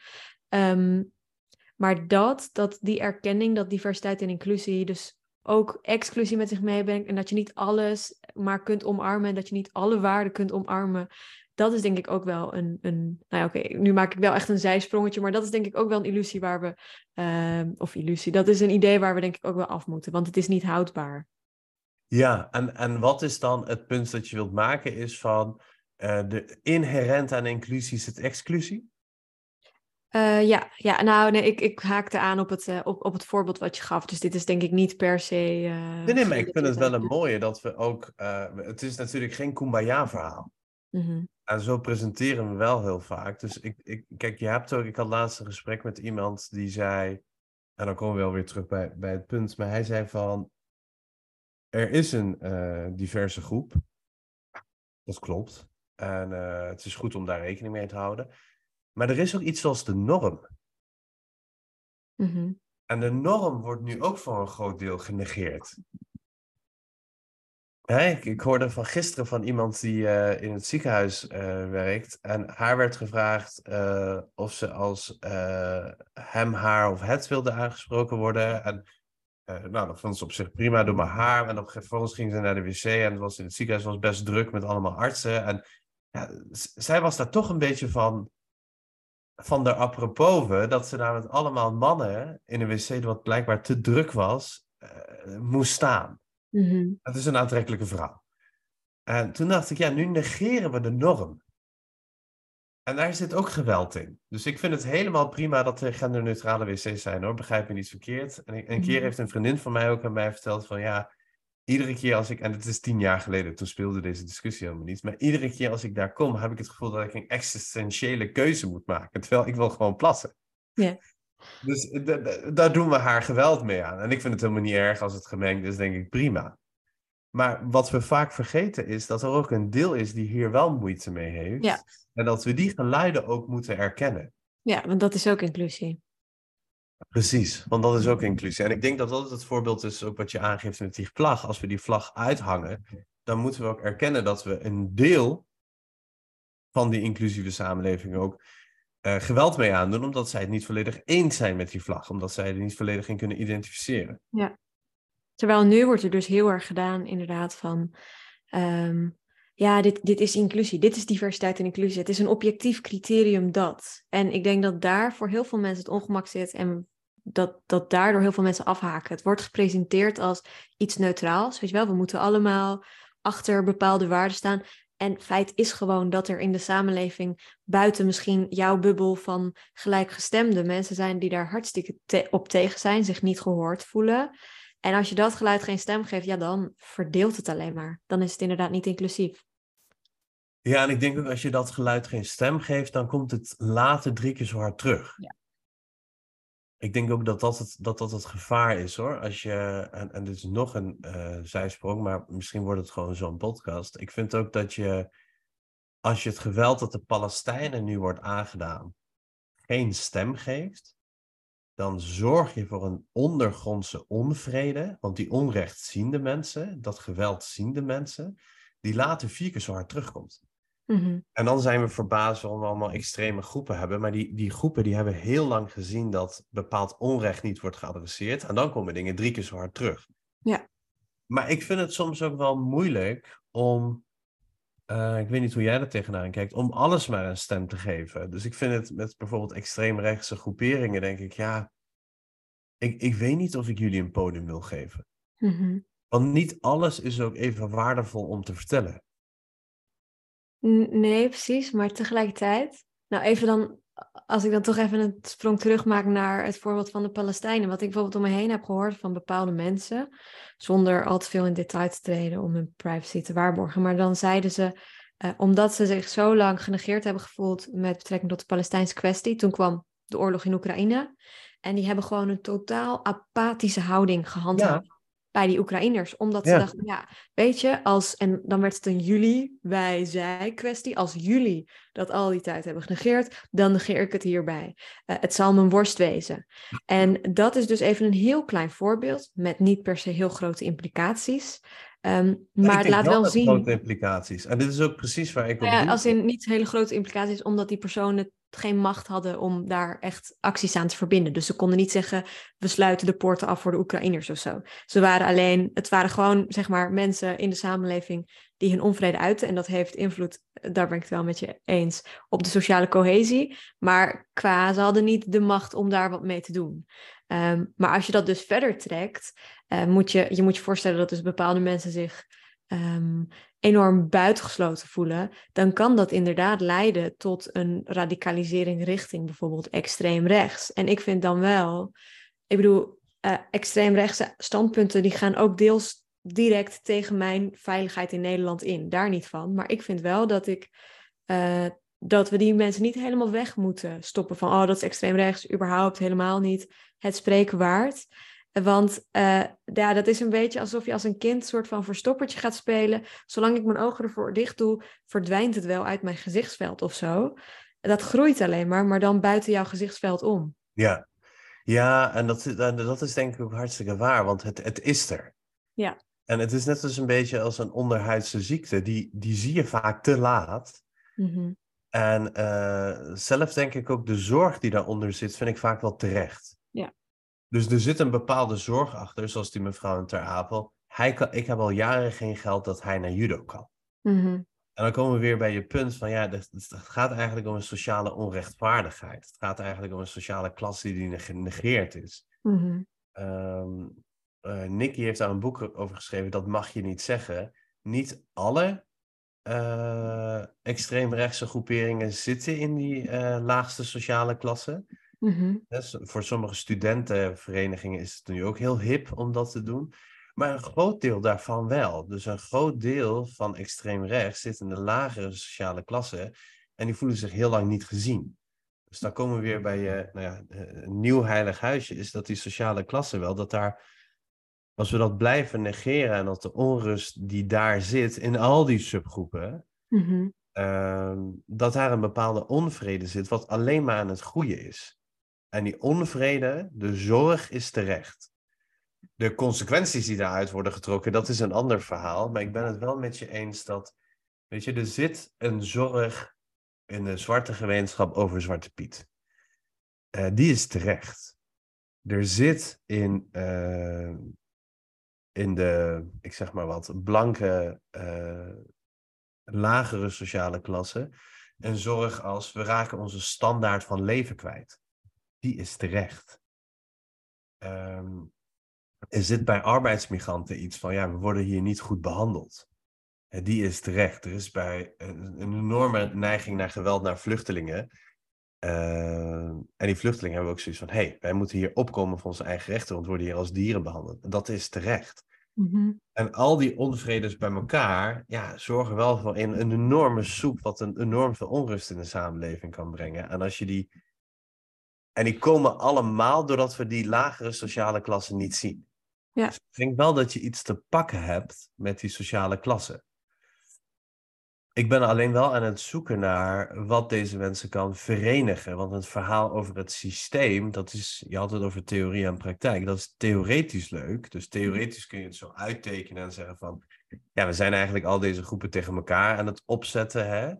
Maar dat die erkenning, dat diversiteit en inclusie dus ook exclusie met zich meebrengt en dat je niet alles maar kunt omarmen en dat je niet alle waarden kunt omarmen, dat is denk ik ook wel nou ja, oké, nu maak ik wel echt een zijsprongetje, maar dat is denk ik ook wel een illusie waar we, of illusie, dat is een idee waar we denk ik ook wel af moeten, want het is niet houdbaar. Ja, en wat is dan het punt dat je wilt maken is van de inherent aan inclusie is het exclusie? Ja, nou nee, ik haakte aan op het voorbeeld wat je gaf. Dus dit is denk ik niet per se... Nee, maar ik vind het wel een mooie dat we ook... het is natuurlijk geen Kumbaya-verhaal. Mhm. En zo presenteren we wel heel vaak. Dus kijk, je hebt ook... Ik had laatst een gesprek met iemand die zei... En dan komen we wel weer terug bij het punt. Maar hij zei van... Er is een diverse groep. Dat klopt. En het is goed om daar rekening mee te houden. Maar er is ook iets zoals de norm. Mhm. En de norm wordt nu ook voor een groot deel genegeerd. Ik hoorde van gisteren van iemand die in het ziekenhuis werkt. En haar werd gevraagd of ze als hem, haar of het wilde aangesproken worden. En nou, dat vond ze op zich prima, doe maar haar. En vervolgens ging ze naar de wc en het was in het ziekenhuis was best druk met allemaal artsen. En ja, zij was daar toch een beetje van de apropos, dat ze daar met allemaal mannen in een wc, wat blijkbaar te druk was, moest staan. Mhm. Het is een aantrekkelijke vrouw. En toen dacht ik, ja, nu negeren we de norm. En daar zit ook geweld in. Dus ik vind het helemaal prima dat er genderneutrale wc's zijn, hoor. Begrijp me niet verkeerd. En een keer heeft een vriendin van mij ook aan mij verteld van, ja, iedere keer als ik, en het is 10 jaar geleden, toen speelde deze discussie helemaal niet, maar iedere keer als ik daar kom, heb ik het gevoel dat ik een existentiële keuze moet maken. Terwijl ik wil gewoon plassen. Ja. Dus daar doen we haar geweld mee aan. En ik vind het helemaal niet erg als het gemengd is, denk ik prima. Maar wat we vaak vergeten is dat er ook een deel is die hier wel moeite mee heeft. Ja. En dat we die geluiden ook moeten erkennen. Ja, want dat is ook inclusie. Precies, want dat is ook inclusie. En ik denk dat dat het voorbeeld is ook wat je aangeeft met die vlag. Als we die vlag uithangen, dan moeten we ook erkennen dat we een deel van die inclusieve samenleving ook geweld mee aandoen, omdat zij het niet volledig eens zijn met die vlag. Omdat zij er niet volledig in kunnen identificeren. Ja. Terwijl nu wordt er dus heel erg gedaan inderdaad van... ja, dit is inclusie, dit is diversiteit en inclusie. Het is een objectief criterium dat. En ik denk dat daar voor heel veel mensen het ongemak zit en dat daardoor heel veel mensen afhaken. Het wordt gepresenteerd als iets neutraals, weet je wel. We moeten allemaal achter bepaalde waarden staan. En feit is gewoon dat er in de samenleving buiten misschien jouw bubbel van gelijkgestemde mensen zijn die daar hartstikke op tegen zijn, zich niet gehoord voelen. En als je dat geluid geen stem geeft, ja, dan verdeelt het alleen maar. Dan is het inderdaad niet inclusief. Ja, en ik denk ook als je dat geluid geen stem geeft, dan komt het later 3 keer zo hard terug. Ja. Ik denk ook dat het gevaar is, hoor. Als je, en dit is nog een zijsprong, maar misschien wordt het gewoon zo'n podcast. Ik vind ook dat als je het geweld dat de Palestijnen nu wordt aangedaan, geen stem geeft, dan zorg je voor een ondergrondse onvrede. Want die onrechtziende mensen, dat geweld ziende mensen, die later 4 keer zo hard terugkomt. Mm-hmm. En dan zijn we verbaasd waarom we allemaal extreme groepen hebben. Maar die groepen die hebben heel lang gezien dat bepaald onrecht niet wordt geadresseerd. En dan komen dingen 3 keer zo hard terug. Ja. Maar ik vind het soms ook wel moeilijk om, ik weet niet hoe jij er tegenaan kijkt, om alles maar een stem te geven. Dus ik vind het met bijvoorbeeld extreemrechtse groeperingen, denk ik, ja, ik weet niet of ik jullie een podium wil geven. Mm-hmm. Want niet alles is ook even waardevol om te vertellen. Nee, precies. Maar tegelijkertijd... Nou, even dan... Als ik dan toch even een sprong terug maak naar het voorbeeld van de Palestijnen. Wat ik bijvoorbeeld om me heen heb gehoord van bepaalde mensen. Zonder al te veel in detail te treden om hun privacy te waarborgen. Maar dan zeiden ze... omdat ze zich zo lang genegeerd hebben gevoeld met betrekking tot de Palestijnse kwestie. Toen kwam de oorlog in Oekraïne. En die hebben gewoon een totaal apathische houding gehandhaafd. Ja. bij die Oekraïners. Omdat ze dachten, ja, weet je, en dan werd het een jullie, wij, zij kwestie. Als jullie dat al die tijd hebben genegeerd, dan negeer ik het hierbij. Het zal mijn worst wezen. En dat is dus even een heel klein voorbeeld, met niet per se heel grote implicaties. Maar het laat wel zien. Grote implicaties. En dit is ook precies waar ik op doe. Als in niet hele grote implicaties, omdat die personen geen macht hadden om daar echt acties aan te verbinden. Dus ze konden niet zeggen, we sluiten de poorten af voor de Oekraïners of zo. Het waren gewoon, zeg maar, mensen in de samenleving die hun onvrede uiten. En dat heeft invloed, daar ben ik het wel met je eens, op de sociale cohesie. Maar ze hadden niet de macht om daar wat mee te doen. Maar als je dat dus verder trekt, moet je voorstellen dat dus bepaalde mensen zich enorm buitengesloten voelen, dan kan dat inderdaad leiden tot een radicalisering richting bijvoorbeeld extreem rechts. En ik vind dan wel, extreemrechtse standpunten die gaan ook deels direct tegen mijn veiligheid in Nederland in. Daar niet van. Maar ik vind wel dat we die mensen niet helemaal weg moeten stoppen van, dat is extreem rechts, überhaupt helemaal niet het spreken waard. Want dat is een beetje alsof je als een kind soort van verstoppertje gaat spelen. Zolang ik mijn ogen ervoor dicht doe, verdwijnt het wel uit mijn gezichtsveld of zo. Dat groeit alleen maar dan buiten jouw gezichtsveld om. Ja, en dat is denk ik ook hartstikke waar, want het is er. Ja. En het is net als een beetje als een onderhuidse ziekte, die zie je vaak te laat. Mm-hmm. En zelf denk ik ook de zorg die daaronder zit, vind ik vaak wel terecht. Ja. Dus er zit een bepaalde zorg achter, zoals die mevrouw in Ter Apel. Ik heb al jaren geen geld dat hij naar judo kan. Mm-hmm. En dan komen we weer bij je punt van, het gaat eigenlijk om een sociale onrechtvaardigheid. Het gaat eigenlijk om een sociale klasse die genegeerd is. Mm-hmm. Nicky heeft daar een boek over geschreven, dat mag je niet zeggen. Niet alle extreemrechtse groeperingen zitten in die laagste sociale klasse. Mm-hmm. Voor sommige studentenverenigingen is het nu ook heel hip om dat te doen. Maar een groot deel daarvan wel. Dus een groot deel van extreem rechts zit in de lagere sociale klasse. En die voelen zich heel lang niet gezien. Dus dan komen we weer bij een nieuw heilig huisje. Is dat die sociale klasse wel, dat daar, als we dat blijven negeren en dat de onrust die daar zit in al die subgroepen, Mm-hmm. dat daar een bepaalde onvrede zit wat alleen maar aan het groeien is. En die onvrede, de zorg is terecht. De consequenties die daaruit worden getrokken, dat is een ander verhaal. Maar ik ben het wel met je eens dat, weet je, er zit een zorg in de zwarte gemeenschap over Zwarte Piet. Die is terecht. Er zit in de, ik zeg maar wat, blanke, lagere sociale klasse een zorg als we raken onze standaard van leven kwijt. Die is terecht. Er zit bij arbeidsmigranten iets van, we worden hier niet goed behandeld. Die is terecht. Er is bij een enorme neiging naar geweld naar vluchtelingen. En die vluchtelingen hebben ook zoiets van, wij moeten hier opkomen voor onze eigen rechten, want we worden hier als dieren behandeld. Dat is terecht. Mm-hmm. En al die onvredes bij elkaar, zorgen wel voor een enorme soep, wat een enorm veel onrust in de samenleving kan brengen. En als je die komen allemaal doordat we die lagere sociale klasse niet zien. Ja. Dus ik denk wel dat je iets te pakken hebt met die sociale klasse. Ik ben alleen wel aan het zoeken naar wat deze mensen kan verenigen. Want het verhaal over het systeem, je had het over theorie en praktijk, dat is theoretisch leuk. Dus theoretisch kun je het zo uittekenen en zeggen van, we zijn eigenlijk al deze groepen tegen elkaar aan het opzetten, hè.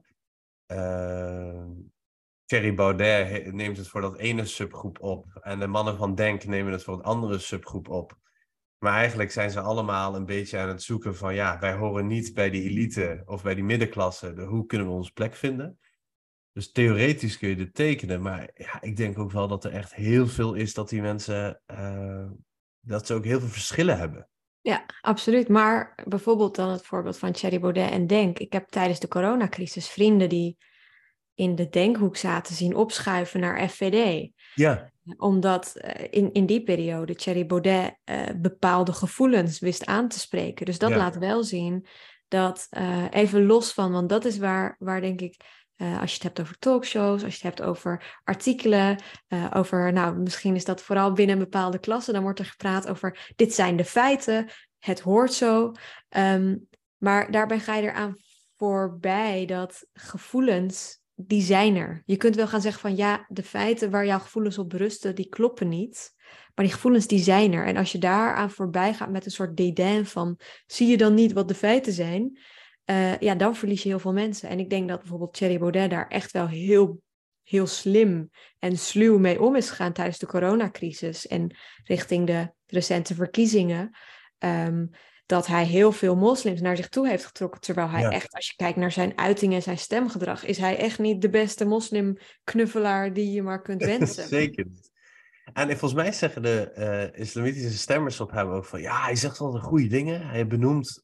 Thierry Baudet neemt het voor dat ene subgroep op. En de mannen van Denk nemen het voor een andere subgroep op. Maar eigenlijk zijn ze allemaal een beetje aan het zoeken van, wij horen niet bij die elite of bij die middenklasse. Hoe kunnen we onze plek vinden? Dus theoretisch kun je dit tekenen. Maar ik denk ook wel dat er echt heel veel is dat die mensen, dat ze ook heel veel verschillen hebben. Ja, absoluut. Maar bijvoorbeeld dan het voorbeeld van Thierry Baudet en Denk. Ik heb tijdens de coronacrisis vrienden die in de Denkhoek zaten zien opschuiven naar FVD. Ja. Omdat in die periode Thierry Baudet bepaalde gevoelens wist aan te spreken. Dus dat laat wel zien dat, even los van, want dat is waar denk ik Als je het hebt over talkshows, als je het hebt over artikelen, misschien is dat vooral binnen een bepaalde klasse, dan wordt er gepraat over dit zijn de feiten, het hoort zo. Maar daarbij ga je eraan voorbij dat gevoelens, die zijn er. Je kunt wel gaan zeggen van ja, de feiten waar jouw gevoelens op berusten, die kloppen niet. Maar die gevoelens, die zijn er. En als je daaraan voorbij gaat met een soort dédain van, zie je dan niet wat de feiten zijn? Dan verlies je heel veel mensen. En ik denk dat bijvoorbeeld Thierry Baudet daar echt wel heel, heel slim en sluw mee om is gegaan tijdens de coronacrisis en richting de recente verkiezingen. Dat hij heel veel moslims naar zich toe heeft getrokken. Terwijl hij echt, als je kijkt naar zijn uitingen en zijn stemgedrag, is hij echt niet de beste moslimknuffelaar die je maar kunt wensen. Zeker niet. En volgens mij zeggen de islamitische stemmers op hem ook van, ja, hij zegt wel de goede dingen. Hij benoemt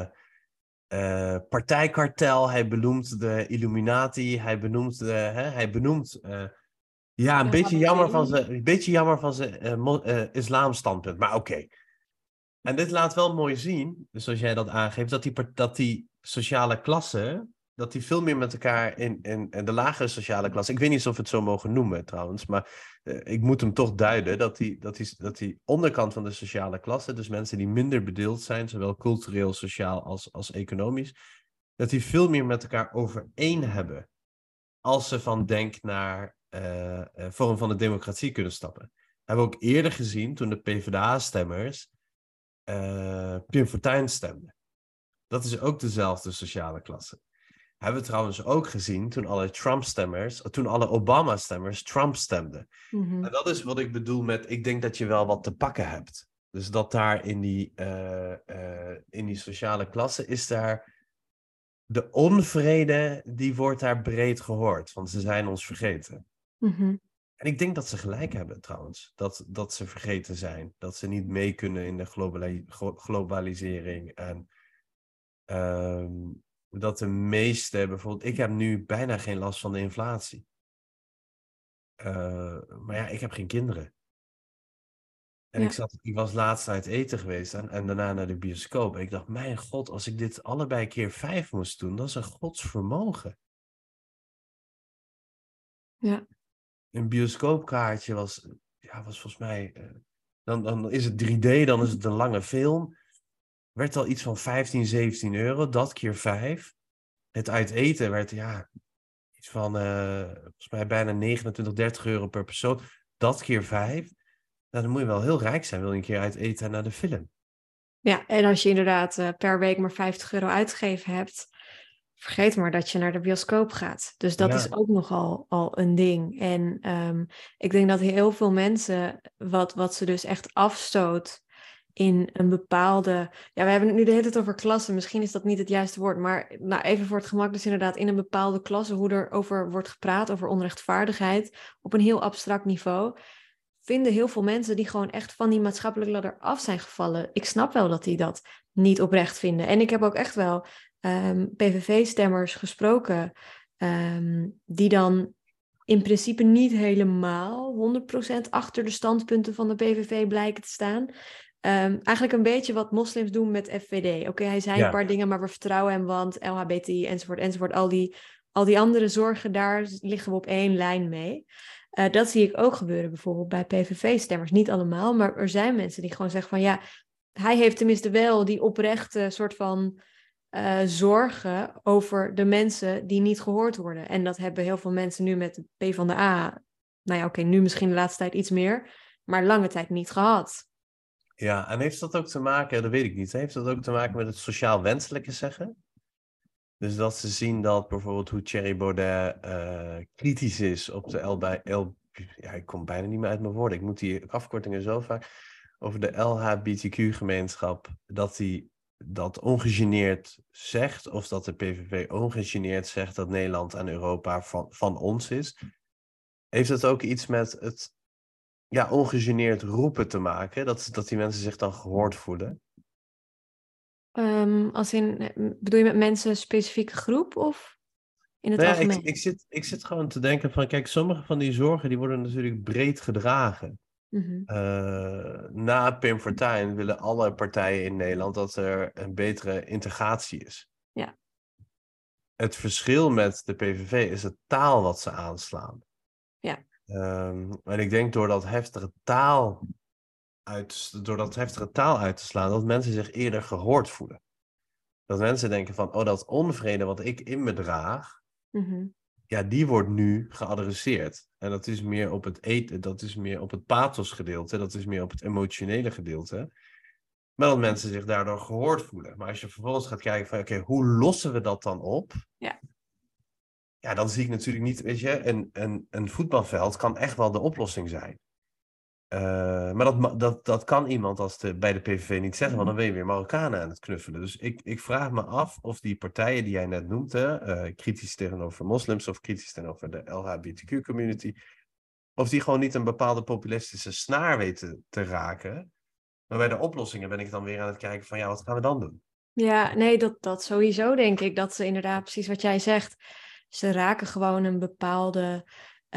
partijkartel, hij benoemt de Illuminati, hij benoemt een beetje jammer van zijn islamstandpunt. Maar oké. En dit laat wel mooi zien, dus zoals jij dat aangeeft, dat die sociale klasse, dat die veel meer met elkaar in de lagere sociale klasse, ik weet niet of we het zo mogen noemen trouwens, maar ik moet hem toch duiden, dat die onderkant van de sociale klasse, dus mensen die minder bedeeld zijn, zowel cultureel, sociaal als economisch, dat die veel meer met elkaar overeen hebben als ze van denk naar vorm van de democratie kunnen stappen. Hebben we ook eerder gezien toen de PvdA-stemmers Pim Fortuyn stemden. Dat is ook dezelfde sociale klasse. Hebben we trouwens ook gezien toen alle Obama-stemmers Trump stemden. Mm-hmm. En dat is wat ik bedoel met, ik denk dat je wel wat te pakken hebt. Dus dat daar in die sociale klasse is daar de onvrede, die wordt daar breed gehoord. Want ze zijn ons vergeten. Mm-hmm. En ik denk dat ze gelijk hebben trouwens. Dat ze vergeten zijn. Dat ze niet mee kunnen in de globalisering. En dat de meeste, bijvoorbeeld, ik heb nu bijna geen last van de inflatie. Maar ja, ik heb geen kinderen. En ik was laatst uit eten geweest en daarna naar de bioscoop. En ik dacht, mijn god, als ik dit allebei keer 5 moest doen, dat is een godsvermogen. Ja. Een bioscoopkaartje was volgens mij, dan is het 3D, dan is het een lange film. Werd al iets van 15, 17 euro, dat keer 5. Het uit eten werd iets van volgens mij bijna 29, 30 euro per persoon. Dat keer 5. Nou, dan moet je wel heel rijk zijn, wil je een keer uit eten naar de film. Ja, en als je inderdaad per week maar 50 euro uitgegeven hebt, vergeet maar dat je naar de bioscoop gaat. Dus dat is ook nogal al een ding. En ik denk dat heel veel mensen, wat ze dus echt afstoot in een bepaalde... Ja, we hebben het nu de hele tijd over klassen. Misschien is dat niet het juiste woord. Maar even voor het gemak, dus inderdaad in een bepaalde klasse, hoe er over wordt gepraat, over onrechtvaardigheid, op een heel abstract niveau, vinden heel veel mensen die gewoon echt van die maatschappelijke ladder af zijn gevallen. Ik snap wel dat die dat niet oprecht vinden. En ik heb ook echt wel PVV-stemmers gesproken, die dan in principe niet helemaal 100% achter de standpunten van de PVV blijken te staan. Eigenlijk een beetje wat moslims doen met FVD. Oké, hij zei een paar dingen, maar we vertrouwen hem, want LHBTI enzovoort, enzovoort. Al die andere zorgen, daar liggen we op één lijn mee. Dat zie ik ook gebeuren bijvoorbeeld bij PVV-stemmers. Niet allemaal, maar er zijn mensen die gewoon zeggen van ja, hij heeft tenminste wel die oprechte soort van zorgen over de mensen die niet gehoord worden. En dat hebben heel veel mensen nu met de PvdA. Nou ja, oké, nu misschien de laatste tijd iets meer, maar lange tijd niet gehad. Ja, en heeft dat ook te maken, dat weet ik niet, heeft dat ook te maken met het sociaal wenselijke zeggen? Dus dat ze zien dat bijvoorbeeld hoe Thierry Baudet kritisch is op de ik kom bijna niet meer uit mijn woorden. Ik moet die afkortingen zo vaak over de LHBTQ-gemeenschap, dat hij dat ongegeneerd zegt, of dat de PVV ongegeneerd zegt dat Nederland en Europa van ons is. Heeft het ook iets met het ongegeneerd roepen te maken, dat die mensen zich dan gehoord voelen? Bedoel je met mensen een specifieke groep of in het algemeen? Ik zit gewoon te denken van, kijk, sommige van die zorgen die worden natuurlijk breed gedragen. Mm-hmm. Na Pim Fortuyn willen alle partijen in Nederland dat er een betere integratie is. Ja. het verschil met de PVV is de taal wat ze aanslaan. Ja. En ik denk door dat heftige taal uit te slaan, dat mensen zich eerder gehoord voelen. Dat mensen denken van, dat onvrede wat ik in me draag, ja, die wordt nu geadresseerd. En dat is meer op dat is meer op het pathosgedeelte, dat is meer op het emotionele gedeelte. Maar dat mensen zich daardoor gehoord voelen. Maar als je vervolgens gaat kijken van, oké, hoe lossen we dat dan op? Ja. Ja, dan zie ik natuurlijk niet, weet je, een voetbalveld kan echt wel de oplossing zijn. Maar dat kan iemand bij de PVV niet zeggen, want dan ben je weer Marokkanen aan het knuffelen. Dus ik vraag me af of die partijen die jij net noemde, kritisch tegenover moslims of kritisch tegenover de LHBTQ-community, of die gewoon niet een bepaalde populistische snaar weten te raken. Maar bij de oplossingen ben ik dan weer aan het kijken van, ja, wat gaan we dan doen? Ja, nee, dat sowieso denk ik. Dat ze inderdaad precies wat jij zegt. Ze raken gewoon een bepaalde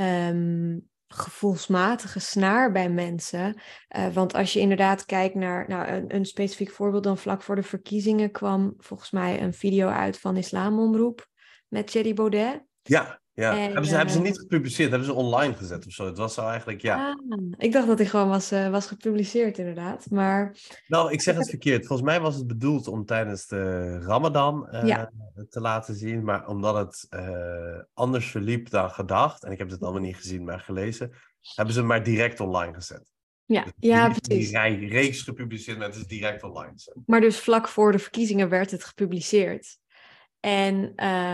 gevoelsmatige snaar bij mensen. Want als je inderdaad kijkt naar een specifiek voorbeeld, dan vlak voor de verkiezingen kwam volgens mij een video uit van Islamomroep met Thierry Baudet. Ja. En, hebben ze niet gepubliceerd, hebben ze online gezet of zo. Het was zo eigenlijk, ja. Ik dacht dat hij gewoon was gepubliceerd inderdaad, maar... Nou, ik zeg het verkeerd. Volgens mij was het bedoeld om tijdens de Ramadan te laten zien. Maar omdat het anders verliep dan gedacht, en ik heb het allemaal niet gezien, maar gelezen, hebben ze hem maar direct online gezet. Ja, Dus ja, niet precies. Die reeks gepubliceerd, maar het is direct online gezet. Maar dus vlak voor de verkiezingen werd het gepubliceerd. En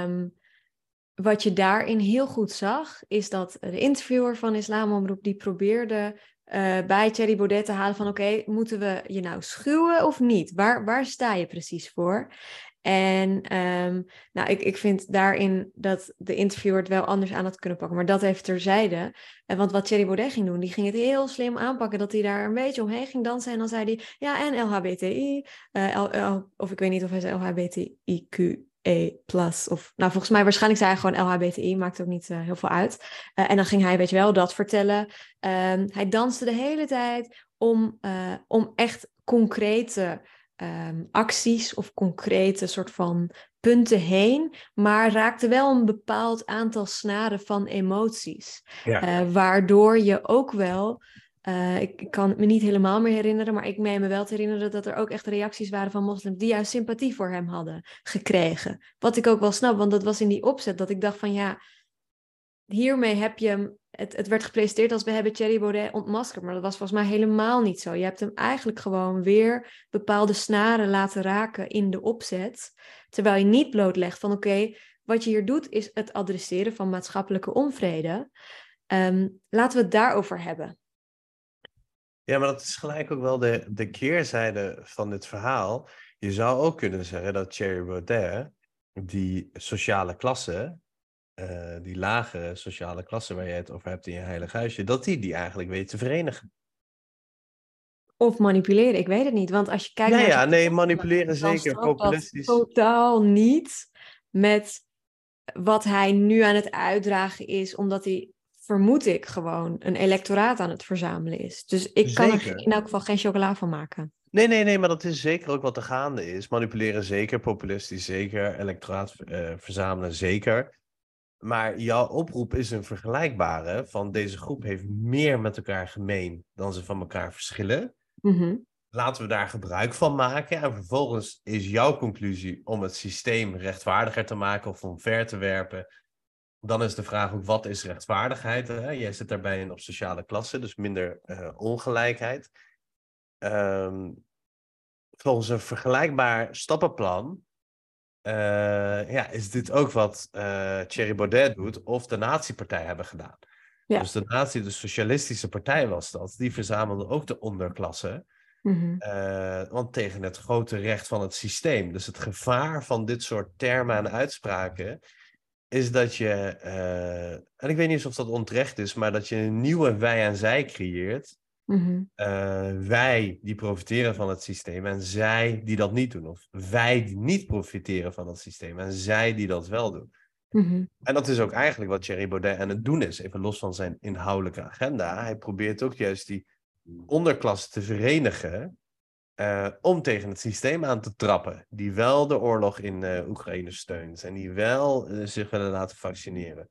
wat je daarin heel goed zag, is dat de interviewer van Islamomroep, die probeerde bij Thierry Baudet te halen van oké, moeten we je nou schuwen of niet? Waar sta je precies voor? En ik vind daarin dat de interviewer het wel anders aan had kunnen pakken. Maar dat even terzijde. Want wat Thierry Baudet ging doen, die ging het heel slim aanpakken. Dat hij daar een beetje omheen ging dansen. En dan zei hij, ja, en LHBTI. Of ik weet niet of hij zei LHBTIQ. Of, nou, volgens mij waarschijnlijk zei hij gewoon LHBTI, maakt ook niet heel veel uit. En dan ging hij, weet je wel, dat vertellen. Hij danste de hele tijd om echt concrete acties of concrete soort van punten heen, maar raakte wel een bepaald aantal snaren van emoties. Ja. Waardoor je ook wel... ik kan het me niet helemaal meer herinneren, maar ik meen me wel te herinneren dat er ook echt reacties waren van moslims die juist sympathie voor hem hadden gekregen. Wat ik ook wel snap, want dat was in die opzet dat ik dacht van ja, hiermee heb je hem... Het werd gepresenteerd als we hebben Thierry Baudet ontmaskerd, maar dat was volgens mij helemaal niet zo. Je hebt hem eigenlijk gewoon weer bepaalde snaren laten raken in de opzet, terwijl je niet blootlegt van oké, wat je hier doet is het adresseren van maatschappelijke onvrede. Laten we het daarover hebben. Ja, maar dat is gelijk ook wel de keerzijde van dit verhaal. Je zou ook kunnen zeggen dat Thierry Baudet die sociale klasse, die lagere sociale klasse waar jij het over hebt in je heilige huisje, dat die eigenlijk weet te verenigen. Of manipuleren, ik weet het niet. Want als je kijkt naar... manipuleren zeker, populistisch. Dat totaal niet met wat hij nu aan het uitdragen is, omdat hij, vermoed ik, gewoon een electoraat aan het verzamelen is. Dus ik kan er in elk geval geen chocola van maken. Nee, maar dat is zeker ook wat er gaande is. Manipuleren zeker, populistisch zeker, electoraat verzamelen zeker. Maar jouw oproep is een vergelijkbare van deze groep heeft meer met elkaar gemeen dan ze van elkaar verschillen. Mm-hmm. Laten we daar gebruik van maken. En vervolgens is jouw conclusie om het systeem rechtvaardiger te maken of omver te werpen. Dan is de vraag ook, wat is rechtvaardigheid? Hè? Jij zit daarbij in op sociale klasse, dus minder ongelijkheid. Volgens een vergelijkbaar stappenplan is dit ook wat Thierry Baudet doet of de Nazi-partij hebben gedaan. Ja. Dus de socialistische partij was dat. Die verzamelde ook de onderklasse. Mm-hmm. Want tegen het grote recht van het systeem. Dus het gevaar van dit soort termen en uitspraken is dat je, en ik weet niet eens of dat onterecht is, maar dat je een nieuwe wij en zij creëert. Mm-hmm. Wij die profiteren van het systeem en zij die dat niet doen. Of wij die niet profiteren van het systeem en zij die dat wel doen. Mm-hmm. En dat is ook eigenlijk wat Thierry Baudet aan het doen is, even los van zijn inhoudelijke agenda. Hij probeert ook juist die onderklasse te verenigen om tegen het systeem aan te trappen, die wel de oorlog in Oekraïne steunt en die wel zich willen laten vaccineren.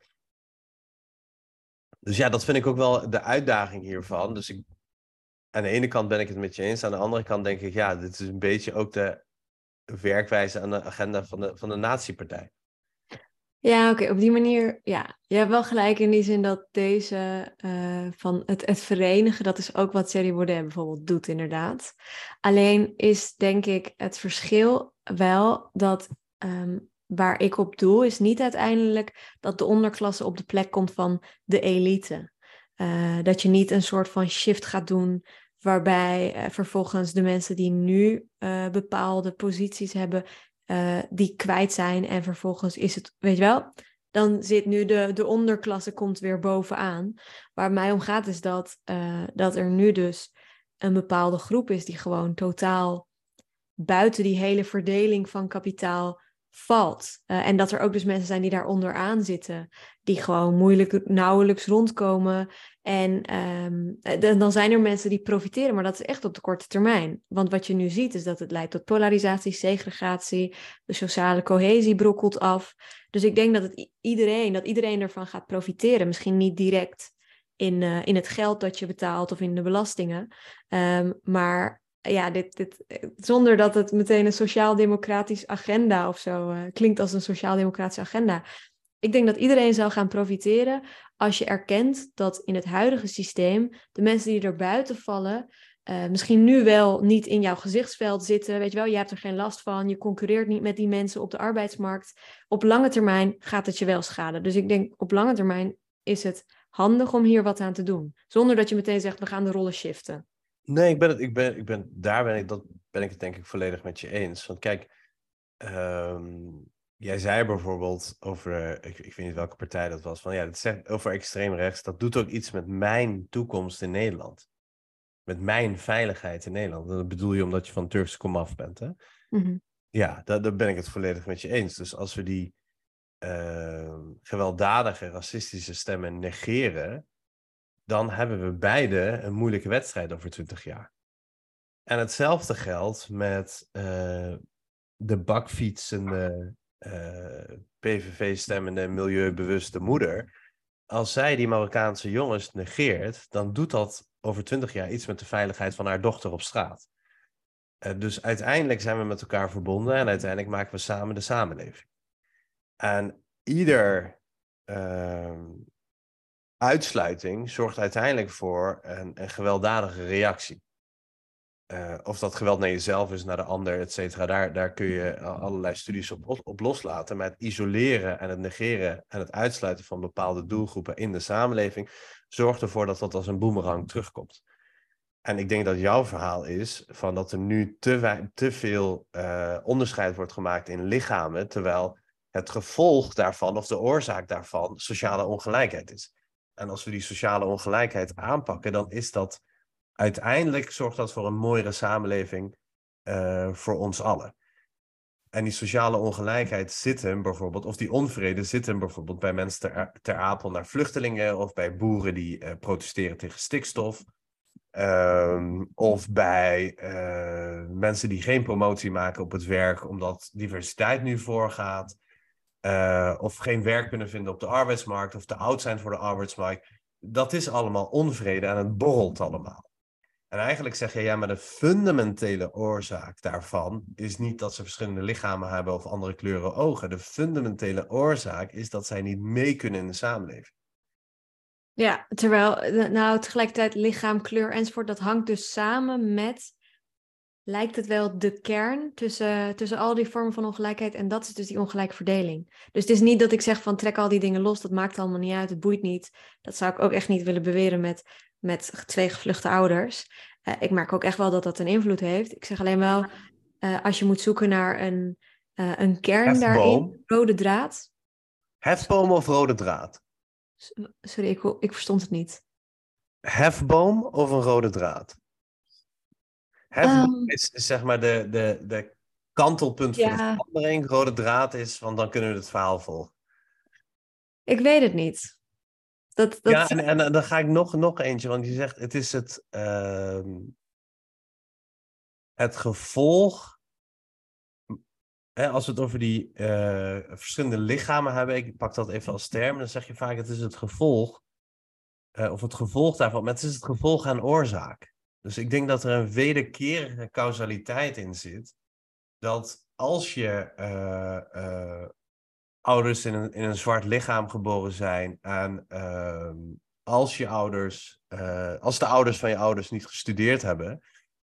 Dus ja, dat vind ik ook wel de uitdaging hiervan. Dus aan de ene kant ben ik het met je eens, aan de andere kant denk ik, ja, dit is een beetje ook de werkwijze aan de agenda van de Nazi-partij. Ja, oké, op die manier, ja. Je hebt wel gelijk in die zin dat deze van het verenigen, dat is ook wat Thierry Baudet bijvoorbeeld doet, inderdaad. Alleen is denk ik het verschil wel dat waar ik op doel, is niet uiteindelijk dat de onderklasse op de plek komt van de elite. Dat je niet een soort van shift gaat doen waarbij vervolgens de mensen die nu bepaalde posities hebben, die kwijt zijn en vervolgens is het, weet je wel, dan zit nu de onderklasse komt weer bovenaan. Waar het mij om gaat is dat er nu dus een bepaalde groep is die gewoon totaal buiten die hele verdeling van kapitaal valt. En dat er ook dus mensen zijn die daar onderaan zitten, die gewoon moeilijk, nauwelijks rondkomen. En dan zijn er mensen die profiteren, maar dat is echt op de korte termijn. Want wat je nu ziet is dat het leidt tot polarisatie, segregatie, de sociale cohesie brokkelt af. Dus ik denk dat iedereen ervan gaat profiteren. Misschien niet direct in het geld dat je betaalt of in de belastingen. Maar ja, zonder dat het meteen een sociaal-democratisch agenda of zo klinkt als een sociaal-democratische agenda. Ik denk dat iedereen zou gaan profiteren als je erkent dat in het huidige systeem de mensen die er buiten vallen, misschien nu wel niet in jouw gezichtsveld zitten, weet je wel, je hebt er geen last van, je concurreert niet met die mensen op de arbeidsmarkt. Op lange termijn gaat het je wel schaden. Dus ik denk op lange termijn is het handig om hier wat aan te doen, zonder dat je meteen zegt we gaan de rollen shiften. Nee, daar ben ik het denk ik volledig met je eens. Want kijk, jij zei bijvoorbeeld over, ik weet niet welke partij dat was, van ja, het zegt over extreem rechts, dat doet ook iets met mijn toekomst in Nederland. Met mijn veiligheid in Nederland. Dat bedoel je omdat je van Turkse komaf bent, hè? Mm-hmm. Ja, daar ben ik het volledig met je eens. Dus als we die gewelddadige, racistische stemmen negeren, dan hebben we beide een moeilijke wedstrijd over 20 jaar. En hetzelfde geldt met de bakfietsende, PVV-stemmende, milieubewuste moeder. Als zij die Marokkaanse jongens negeert, dan doet dat over 20 jaar iets met de veiligheid van haar dochter op straat. Dus uiteindelijk zijn we met elkaar verbonden en uiteindelijk maken we samen de samenleving. En ieder uitsluiting zorgt uiteindelijk voor een gewelddadige reactie. Of dat geweld naar jezelf is, naar de ander, et cetera. Daar kun je allerlei studies op loslaten. Maar het isoleren en het negeren en het uitsluiten van bepaalde doelgroepen in de samenleving zorgt ervoor dat dat als een boemerang terugkomt. En ik denk dat jouw verhaal is van dat er nu te veel onderscheid wordt gemaakt in lichamen, terwijl het gevolg daarvan of de oorzaak daarvan sociale ongelijkheid is. En als we die sociale ongelijkheid aanpakken, dan is dat uiteindelijk zorgt dat voor een mooiere samenleving voor ons allen. En die sociale ongelijkheid zit hem bijvoorbeeld, of die onvrede zit hem bijvoorbeeld bij mensen ter Apel naar vluchtelingen, of bij boeren die protesteren tegen stikstof, of bij mensen die geen promotie maken op het werk, omdat diversiteit nu voorgaat, of geen werk kunnen vinden op de arbeidsmarkt, of te oud zijn voor de arbeidsmarkt. Dat is allemaal onvrede en het borrelt allemaal. En eigenlijk zeg je, ja, maar de fundamentele oorzaak daarvan is niet dat ze verschillende lichamen hebben of andere kleuren ogen. De fundamentele oorzaak is dat zij niet mee kunnen in de samenleving. Ja, terwijl, tegelijkertijd lichaam, kleur enzovoort, dat hangt dus samen met, lijkt het wel, de kern tussen al die vormen van ongelijkheid. En dat is dus die ongelijke verdeling. Dus het is niet dat ik zeg van trek al die dingen los, dat maakt allemaal niet uit, het boeit niet. Dat zou ik ook echt niet willen beweren met 2 gevluchte ouders. Ik merk ook echt wel dat dat een invloed heeft. Ik zeg alleen wel, als je moet zoeken naar een kern Hefboom. daarin, rode draad. Hefboom of rode draad? Sorry, ik verstond het niet. Hefboom of een rode draad? Hefboom is zeg maar de kantelpunt voor de verandering. Rode draad is, want dan kunnen we het verhaal volgen. Ik weet het niet. Ja, en dan ga ik nog eentje, want je zegt het is het gevolg, als we het over die verschillende lichamen hebben, ik pak dat even als term, dan zeg je vaak het is het gevolg, of het gevolg daarvan, maar het is het gevolg aan oorzaak. Dus ik denk dat er een wederkerige causaliteit in zit, dat als je ouders in een zwart lichaam geboren zijn en als de ouders van je ouders niet gestudeerd hebben,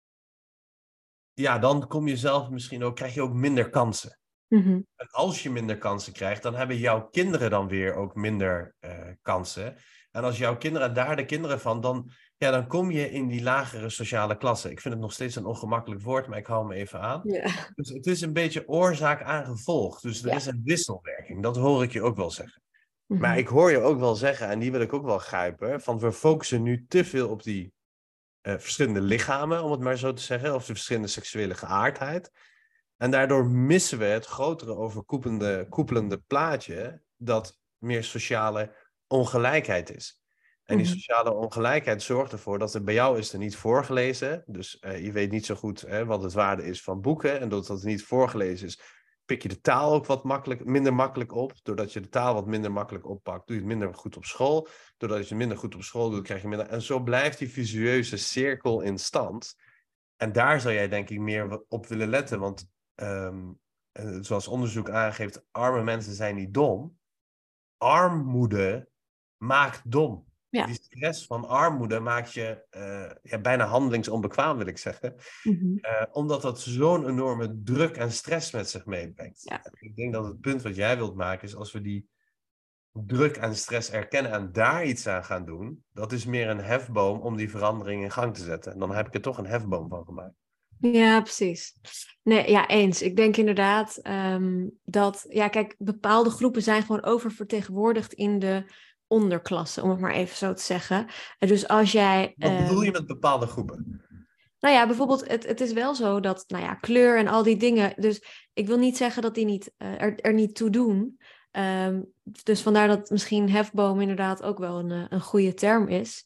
ja, dan krijg je ook minder kansen. Mhm. En als je minder kansen krijgt, dan hebben jouw kinderen dan weer ook minder kansen. En als jouw kinderen daar de kinderen van, dan kom je in die lagere sociale klasse. Ik vind het nog steeds een ongemakkelijk woord, maar ik hou me even aan. Ja. Dus het is een beetje oorzaak aan gevolg. Dus er Ja. is een wisselwerking, dat hoor ik je ook wel zeggen. Mhm. Maar ik hoor je ook wel zeggen, en die wil ik ook wel grijpen, van we focussen nu te veel op die verschillende lichamen, om het maar zo te zeggen, of de verschillende seksuele geaardheid. En daardoor missen we het grotere overkoepelende plaatje dat meer sociale ongelijkheid is. En die Mhm. sociale ongelijkheid zorgt ervoor dat er bij jou is er niet voorgelezen. Dus je weet niet zo goed wat het waarde is van boeken. En doordat het niet voorgelezen is, pik je de taal ook minder makkelijk op. Doordat je de taal wat minder makkelijk oppakt, doe je het minder goed op school. Doordat je het minder goed op school doet, krijg je minder. En zo blijft die visueuze cirkel in stand. En daar zou jij denk ik meer op willen letten. Want zoals onderzoek aangeeft, arme mensen zijn niet dom. Armoede maakt dom. Ja. Die stress van armoede maakt je bijna handelingsonbekwaam, wil ik zeggen. Mhm. Omdat dat zo'n enorme druk en stress met zich meebrengt. Ja. Ik denk dat het punt wat jij wilt maken is, als we die druk en stress erkennen en daar iets aan gaan doen, dat is meer een hefboom om die verandering in gang te zetten. En dan heb ik er toch een hefboom van gemaakt. Ja, precies. Nee, ja, eens. Ik denk inderdaad dat, ja, kijk, bepaalde groepen zijn gewoon oververtegenwoordigd in de onderklasse, om het maar even zo te zeggen. En dus als jij... Wat bedoel je met bepaalde groepen? Nou ja, bijvoorbeeld, het is wel zo dat, nou ja, kleur en al die dingen. Dus ik wil niet zeggen dat die niet, er niet toe doen. Dus vandaar dat misschien hefboom inderdaad ook wel een goede term is.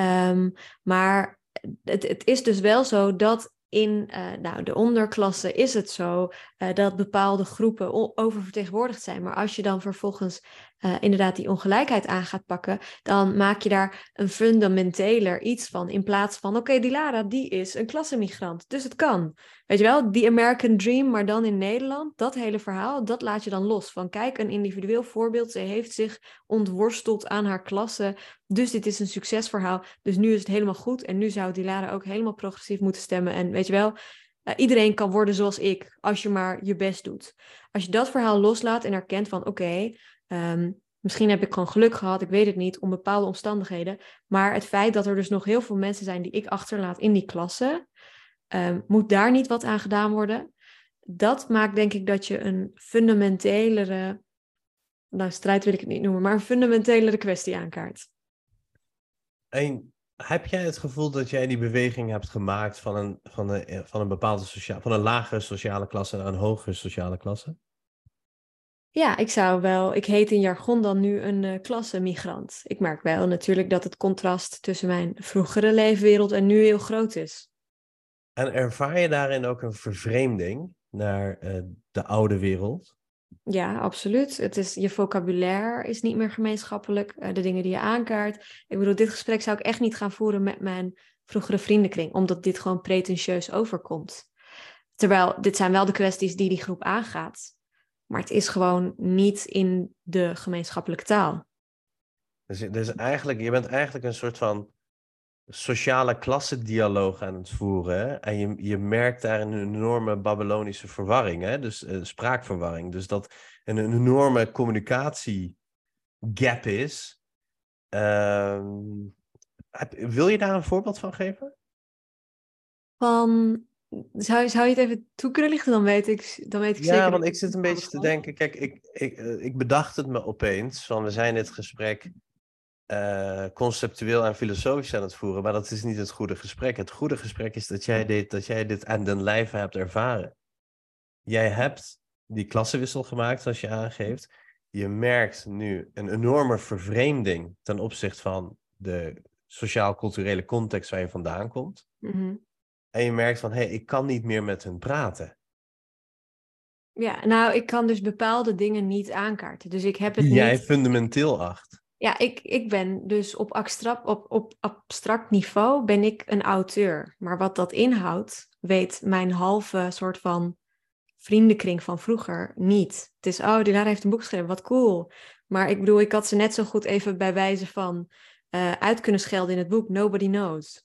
Maar het is dus wel zo dat in de onderklasse is het zo dat bepaalde groepen oververtegenwoordigd zijn. Maar als je dan vervolgens inderdaad die ongelijkheid aan gaat pakken, dan maak je daar een fundamenteler iets van. In plaats van, oké, die Lara, die is een klassemigrant, dus het kan. Weet je wel, die American Dream, maar dan in Nederland, dat hele verhaal, dat laat je dan los. Van kijk, een individueel voorbeeld, ze heeft zich ontworsteld aan haar klasse, dus dit is een succesverhaal. Dus nu is het helemaal goed en nu zou die Lara ook helemaal progressief moeten stemmen. En weet je wel, iedereen kan worden zoals ik, als je maar je best doet. Als je dat verhaal loslaat en erkent van, oké, misschien heb ik gewoon geluk gehad, ik weet het niet, om bepaalde omstandigheden. Maar het feit dat er dus nog heel veel mensen zijn die ik achterlaat in die klasse, moet daar niet wat aan gedaan worden? Dat maakt denk ik dat je een fundamentelere, nou strijd wil ik het niet noemen, maar een fundamentelere kwestie aankaart. En heb jij het gevoel dat jij die beweging hebt gemaakt van een bepaalde van een lagere sociale klasse naar een hogere sociale klasse? Ja, ik heet in jargon dan nu een klassemigrant. Ik merk wel natuurlijk dat het contrast tussen mijn vroegere leefwereld en nu heel groot is. En ervaar je daarin ook een vervreemding naar de oude wereld? Ja, absoluut. Je vocabulaire is niet meer gemeenschappelijk. De dingen die je aankaart. Ik bedoel, dit gesprek zou ik echt niet gaan voeren met mijn vroegere vriendenkring, omdat dit gewoon pretentieus overkomt. Terwijl dit zijn wel de kwesties die groep aangaat. Maar het is gewoon niet in de gemeenschappelijke taal. Dus eigenlijk, je bent eigenlijk een soort van sociale klassedialoog aan het voeren. Hè? En je merkt daar een enorme Babylonische verwarring, hè? Dus spraakverwarring. Dus dat een enorme communicatiegap is. Wil je daar een voorbeeld van geven? Zou je het even toe kunnen lichten? Dan weet ik zeker. Ja, want ik zit een beetje te denken. Kijk, ik bedacht het me opeens. Van we zijn dit gesprek conceptueel en filosofisch aan het voeren. Maar dat is niet het goede gesprek. Het goede gesprek is dat jij dit aan den lijve hebt ervaren. Jij hebt die klassenwissel gemaakt, zoals je aangeeft. Je merkt nu een enorme vervreemding ten opzichte van de sociaal-culturele context waar je vandaan komt. Mhm. En je merkt van, ik kan niet meer met hun praten. Ja, nou, ik kan dus bepaalde dingen niet aankaarten. Dus ik heb het Die jij niet... fundamenteel acht. Ja, ik ben dus op abstract niveau ben ik een auteur. Maar wat dat inhoudt, weet mijn halve soort van vriendenkring van vroeger niet. Het is, oh, die Lara heeft een boek geschreven, wat cool. Maar ik bedoel, ik had ze net zo goed even bij wijze van uit kunnen schelden in het boek Nobody Knows.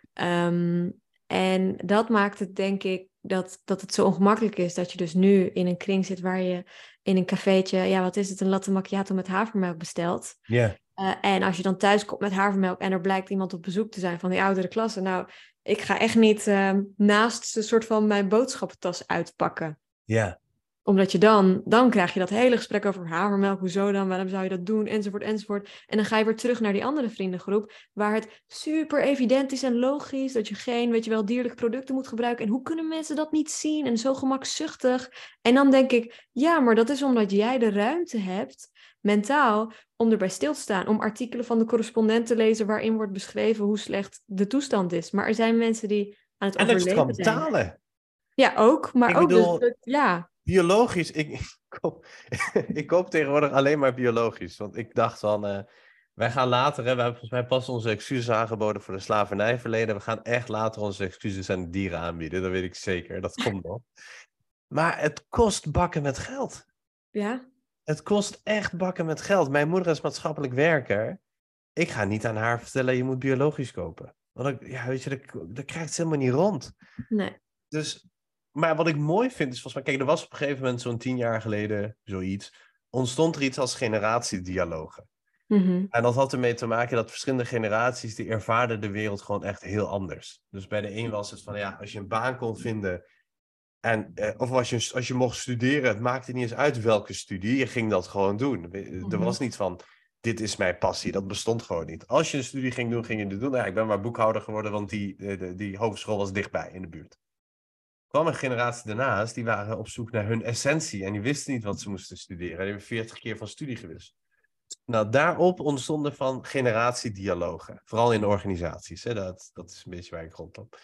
En dat maakt het, denk ik, dat het zo ongemakkelijk is dat je dus nu in een kring zit waar je in een cafeetje, ja, wat is het, een latte macchiato met havermelk bestelt. Ja. En als je dan thuis komt met havermelk en er blijkt iemand op bezoek te zijn van die oudere klasse, nou, ik ga echt niet naast een soort van mijn boodschappentas uitpakken. Ja. Omdat je dan krijg je dat hele gesprek over havermelk, hoezo dan, waarom zou je dat doen, enzovoort, enzovoort. En dan ga je weer terug naar die andere vriendengroep, waar het super evident is en logisch dat je geen, weet je wel, dierlijke producten moet gebruiken. En hoe kunnen mensen dat niet zien en zo gemakzuchtig? En dan denk ik, ja, maar dat is omdat jij de ruimte hebt, mentaal, om erbij stil te staan, om artikelen van de correspondent te lezen waarin wordt beschreven hoe slecht de toestand is. Maar er zijn mensen die aan het En dat je het kan overleven zijn. betalen. Ja, ook, maar Ik ook bedoel, dus, ja. biologisch, ik koop tegenwoordig alleen maar biologisch. Want ik dacht van, wij gaan later, we hebben volgens mij pas onze excuses aangeboden voor de slavernijverleden. We gaan echt later onze excuses aan de dieren aanbieden, dat weet ik zeker. Dat komt nog. Maar het kost bakken met geld. Ja. Het kost echt bakken met geld. Mijn moeder is maatschappelijk werker. Ik ga niet aan haar vertellen, je moet biologisch kopen. Want weet je, dat krijgt ze helemaal niet rond. Nee. Dus, maar wat ik mooi vind is volgens mij... Kijk, er was op een gegeven moment zo'n 10 jaar geleden zoiets. Ontstond er iets als generatiedialogen. Mm-hmm. En dat had ermee te maken dat verschillende generaties... die ervaarden de wereld gewoon echt heel anders. Dus bij de een was het van, ja, als je een baan kon vinden... of als je mocht studeren, het maakte niet eens uit welke studie. Je ging dat gewoon doen. Er was niet van, dit is mijn passie. Dat bestond gewoon niet. Als je een studie ging doen, ging je het doen. Nou, ik ben maar boekhouder geworden, want die hogeschool was dichtbij in de buurt. Er kwam een generatie daarnaast, die waren op zoek naar hun essentie. En die wisten niet wat ze moesten studeren. Die hebben 40 keer van studie gewisseld. Nou, daarop ontstonden van generatiedialogen. Vooral in organisaties. Hè? Dat is een beetje waar ik rondloop.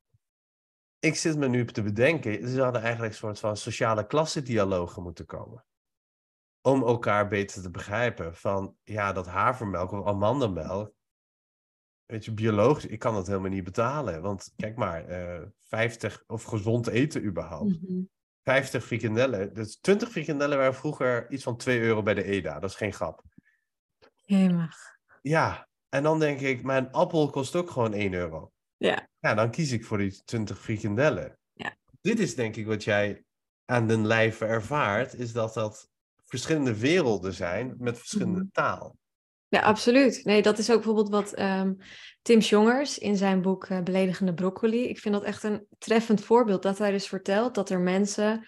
Ik zit me nu te bedenken, ze hadden eigenlijk een soort van sociale klassedialogen moeten komen. Om elkaar beter te begrijpen van, ja, dat havermelk of amandelmelk, weet je, biologisch, ik kan dat helemaal niet betalen. Want kijk maar, 50, of gezond eten überhaupt. 50 frikandellen, dus 20 frikandellen waren vroeger iets van €2 bij de EDA, dat is geen grap. Hemig. Ja, en dan denk ik, mijn appel kost ook gewoon €1. Ja. Ja, dan kies ik voor die 20 frikandellen. Ja. Dit is denk ik wat jij aan den lijve ervaart, is dat verschillende werelden zijn met verschillende taal. Ja, absoluut. Nee, dat is ook bijvoorbeeld wat Tim Jongers in zijn boek Beledigende Broccoli. Ik vind dat echt een treffend voorbeeld. Dat hij dus vertelt dat er mensen,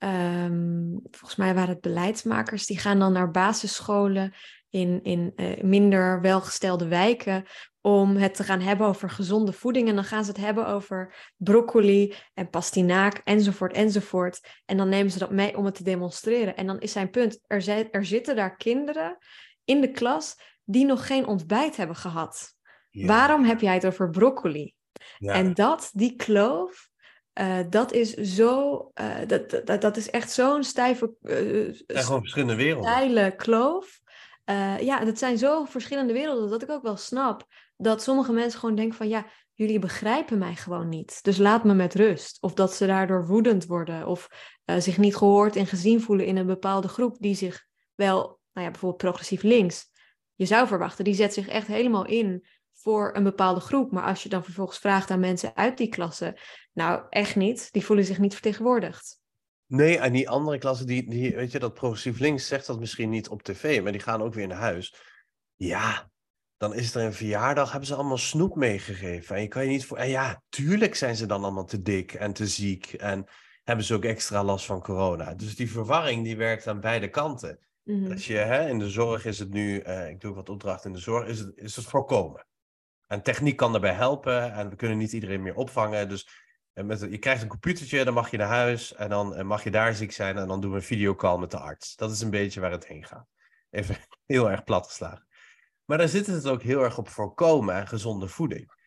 volgens mij waren het beleidsmakers, die gaan dan naar basisscholen in minder welgestelde wijken om het te gaan hebben over gezonde voeding. En dan gaan ze het hebben over broccoli en pastinaak enzovoort enzovoort. En dan nemen ze dat mee om het te demonstreren. En dan is zijn punt, er zitten daar kinderen in de klas die nog geen ontbijt hebben gehad. Ja. Waarom heb jij het over broccoli? Ja. En die kloof, dat is zo, dat is echt zo'n stijve, gewoon verschillende werelden. Steile kloof. Ja, dat zijn zo verschillende werelden dat ik ook wel snap dat sommige mensen gewoon denken van, ja, jullie begrijpen mij gewoon niet. Dus laat me met rust. Of dat ze daardoor woedend worden of zich niet gehoord en gezien voelen in een bepaalde groep die zich wel, nou ja, bijvoorbeeld progressief links, je zou verwachten, die zet zich echt helemaal in voor een bepaalde groep. Maar als je dan vervolgens vraagt aan mensen uit die klasse, nou echt niet, die voelen zich niet vertegenwoordigd. Nee, en die andere klassen, die weet je, dat progressief links zegt dat misschien niet op tv, maar die gaan ook weer naar huis. Ja, dan is er een verjaardag, hebben ze allemaal snoep meegegeven. En je kan je niet voor. En ja, tuurlijk zijn ze dan allemaal te dik en te ziek. En hebben ze ook extra last van corona. Dus die verwarring die werkt aan beide kanten. Mm-hmm. Als je, in de zorg is het nu, ik doe ook wat opdrachten in de zorg, is het voorkomen. En techniek kan daarbij helpen. En we kunnen niet iedereen meer opvangen. Dus je krijgt een computertje, dan mag je naar huis. En dan mag je daar ziek zijn. En dan doen we een videocall met de arts. Dat is een beetje waar het heen gaat. Even heel erg plat geslagen. Maar daar zit het ook heel erg op voorkomen en gezonde voeding.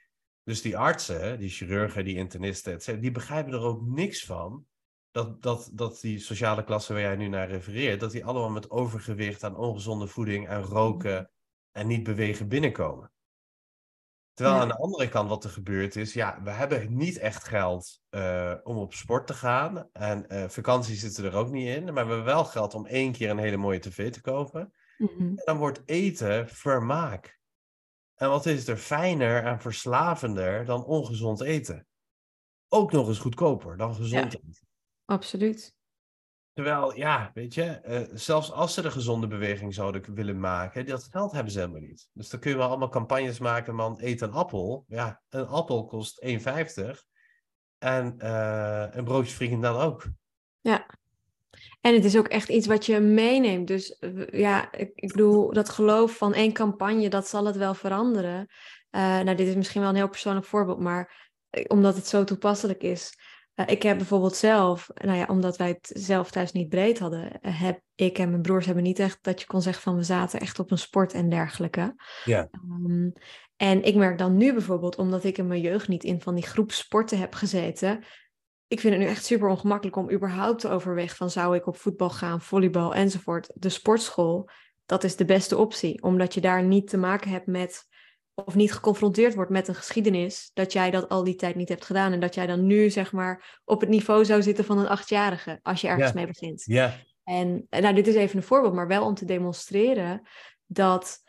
Dus die artsen, die chirurgen, die internisten, et cetera, die begrijpen er ook niks van dat die sociale klasse waar jij nu naar refereert, dat die allemaal met overgewicht aan ongezonde voeding en roken en niet bewegen binnenkomen. Terwijl aan de andere kant wat er gebeurt is, ja, we hebben niet echt geld om op sport te gaan. En vakanties zitten er ook niet in. Maar we hebben wel geld om 1 keer een hele mooie tv te kopen. En dan wordt eten vermaak. En wat is er fijner en verslavender dan ongezond eten? Ook nog eens goedkoper dan gezond eten. Absoluut. Terwijl, ja, weet je, zelfs als ze de gezonde beweging zouden willen maken, dat geld hebben ze helemaal niet. Dus dan kun je wel allemaal campagnes maken, man, eet een appel. Ja, een appel kost 1,50. En een broodje frikandel ook. Ja. En het is ook echt iets wat je meeneemt. Dus ja, ik bedoel, dat geloof van 1 campagne, dat zal het wel veranderen. Nou, dit is misschien wel een heel persoonlijk voorbeeld, maar omdat het zo toepasselijk is. Ik heb bijvoorbeeld zelf, nou ja, omdat wij het zelf thuis niet breed hadden, ik en mijn broers hebben niet echt dat je kon zeggen van we zaten echt op een sport en dergelijke. Ja. En ik merk dan nu bijvoorbeeld, omdat ik in mijn jeugd niet in van die groep sporten heb gezeten, ik vind het nu echt super ongemakkelijk om überhaupt te overwegen van zou ik op voetbal gaan, volleybal enzovoort. De sportschool, dat is de beste optie, omdat je daar niet te maken hebt met, of niet geconfronteerd wordt met een geschiedenis, dat jij dat al die tijd niet hebt gedaan en dat jij dan nu zeg maar op het niveau zou zitten van een 8-jarige als je ergens mee begint. Ja. En nou, dit is even een voorbeeld, maar wel om te demonstreren dat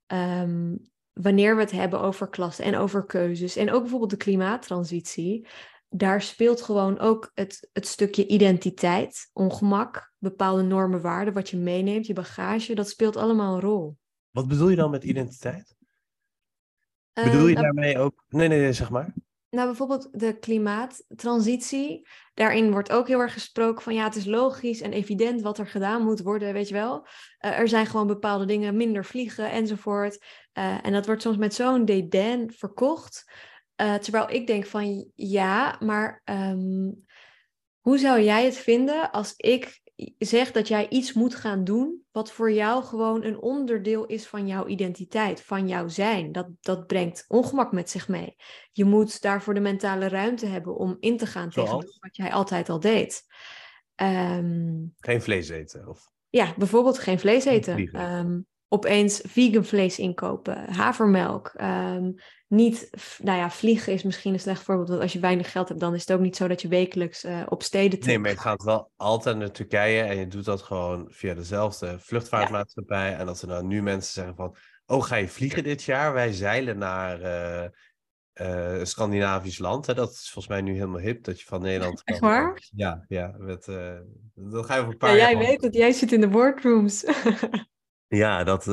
wanneer we het hebben over klassen en over keuzes en ook bijvoorbeeld de klimaattransitie, daar speelt gewoon ook het stukje identiteit, ongemak, bepaalde normen, waarden, wat je meeneemt, je bagage, dat speelt allemaal een rol. Wat bedoel je dan met identiteit? Bedoel je Nou, daarmee ook... Nee, zeg maar. Nou, bijvoorbeeld de klimaattransitie. Daarin wordt ook heel erg gesproken van ja, het is logisch en evident wat er gedaan moet worden, weet je wel. Er zijn gewoon bepaalde dingen, minder vliegen enzovoort. En dat wordt soms met zo'n dédain verkocht. Terwijl ik denk van ja, maar hoe zou jij het vinden als ik zeg dat jij iets moet gaan doen wat voor jou gewoon een onderdeel is van jouw identiteit, van jouw zijn. Dat brengt ongemak met zich mee. Je moet daarvoor de mentale ruimte hebben om in te gaan tegen wat jij altijd al deed. Geen vlees eten? Of... Ja, bijvoorbeeld geen vlees eten. Opeens vegan vlees inkopen, havermelk. Niet, nou ja, vliegen is misschien een slecht voorbeeld. Want als je weinig geld hebt, dan is het ook niet zo dat je wekelijks op steden Nee, maar je gaat wel altijd naar Turkije en je doet dat gewoon via dezelfde vluchtvaartmaatschappij. Ja. En dat er nou nu mensen zeggen van, oh, ga je vliegen dit jaar? Wij zeilen naar een Scandinavisch land. Hè? Dat is volgens mij nu helemaal hip, dat je van Nederland... Echt waar? Ja. Dat ga je over een paar jaar... Jij weet dat jij zit in de boardrooms. Ja, dat...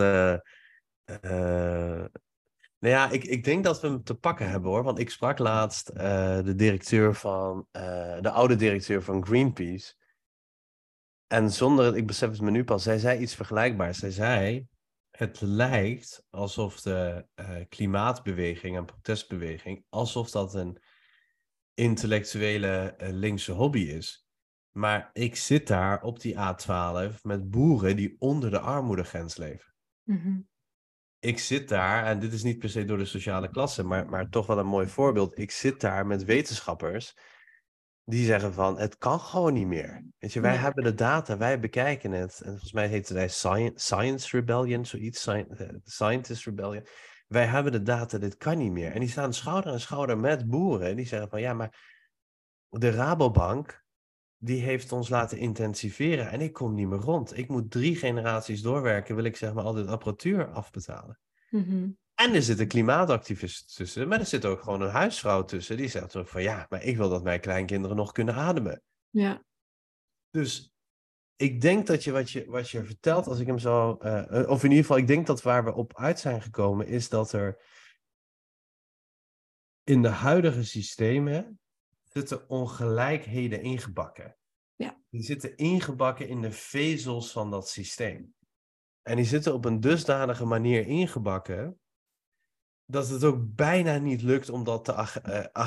Nou ja, ik denk dat we hem te pakken hebben hoor. Want ik sprak laatst de oude directeur van Greenpeace. En ik besef het me nu pas, zij zei iets vergelijkbaars. Zij zei, het lijkt alsof de klimaatbeweging en protestbeweging, alsof dat een intellectuele linkse hobby is. Maar ik zit daar op die A12 met boeren die onder de armoedegrens leven. Mm-hmm. Ik zit daar, en dit is niet per se door de sociale klasse, maar toch wel een mooi voorbeeld. Ik zit daar met wetenschappers die zeggen van, het kan gewoon niet meer. Weet je, wij hebben de data, wij bekijken het. En volgens mij heette hij Science Rebellion, zoiets, Scientist Rebellion. Wij hebben de data, dit kan niet meer. En die staan schouder aan schouder met boeren. En die zeggen van, ja, maar de Rabobank, die heeft ons laten intensiveren en ik kom niet meer rond. Ik moet 3 generaties doorwerken, wil ik zeg maar al dit apparatuur afbetalen. Mm-hmm. En er zit een klimaatactivist tussen, maar er zit ook gewoon een huisvrouw tussen. Die zegt ook van ja, maar ik wil dat mijn kleinkinderen nog kunnen ademen. Ja. Dus ik denk dat wat je vertelt, als ik hem zo... of in ieder geval, ik denk dat waar we op uit zijn gekomen, is dat er in de huidige systemen zitten ongelijkheden ingebakken. Ja. Die zitten ingebakken in de vezels van dat systeem. En die zitten op een dusdanige manier ingebakken dat het ook bijna niet lukt om dat te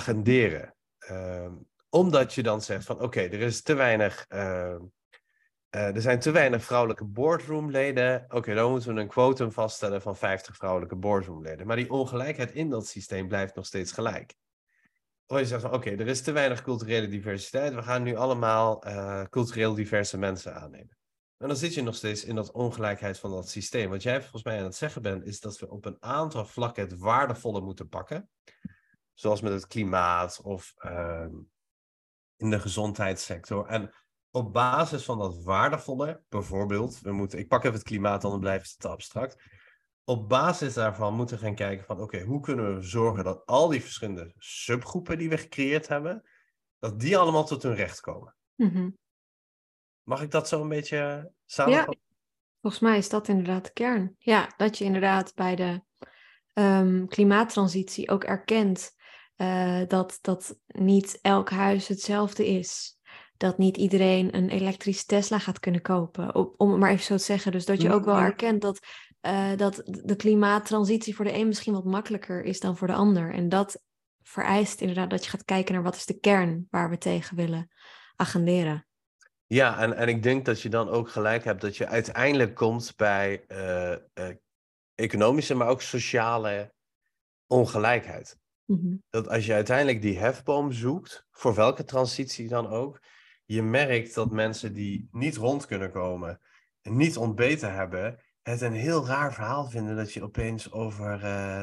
agenderen. Omdat je dan zegt van oké, er is te weinig Er zijn te weinig vrouwelijke boardroomleden. Oké, dan moeten we een quotum vaststellen van 50 vrouwelijke boardroomleden. Maar die ongelijkheid in dat systeem blijft nog steeds gelijk. Of je zegt van, oké, er is te weinig culturele diversiteit. We gaan nu allemaal cultureel diverse mensen aannemen. En dan zit je nog steeds in dat ongelijkheid van dat systeem. Wat jij volgens mij aan het zeggen bent, is dat we op een aantal vlakken het waardevolle moeten pakken. Zoals met het klimaat of in de gezondheidssector. En op basis van dat waardevolle, bijvoorbeeld, ik pak even het klimaat, dan blijft het te abstract. Op basis daarvan moeten we gaan kijken van, oké, hoe kunnen we zorgen dat al die verschillende subgroepen die we gecreëerd hebben, dat die allemaal tot hun recht komen. Mm-hmm. Mag ik dat zo een beetje samenvatten? Ja, volgens mij is dat inderdaad de kern. Ja, dat je inderdaad bij de klimaattransitie ook erkent dat niet elk huis hetzelfde is. Dat niet iedereen een elektrische Tesla gaat kunnen kopen, om het maar even zo te zeggen. Dus dat je ook wel erkent dat de klimaattransitie voor de een misschien wat makkelijker is dan voor de ander. En dat vereist inderdaad dat je gaat kijken naar wat is de kern waar we tegen willen agenderen. Ja, en ik denk dat je dan ook gelijk hebt dat je uiteindelijk komt bij economische, maar ook sociale ongelijkheid. Mm-hmm. Dat als je uiteindelijk die hefboom zoekt, voor welke transitie dan ook, je merkt dat mensen die niet rond kunnen komen en niet ontbeten hebben, het een heel raar verhaal vinden dat je opeens over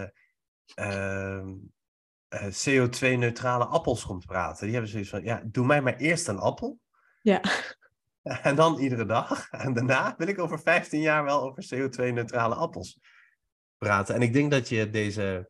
CO2-neutrale appels komt praten. Die hebben zoiets van, ja, doe mij maar eerst een appel. Ja. En dan iedere dag. En daarna wil ik over 15 jaar wel over CO2-neutrale appels praten. En ik denk dat je deze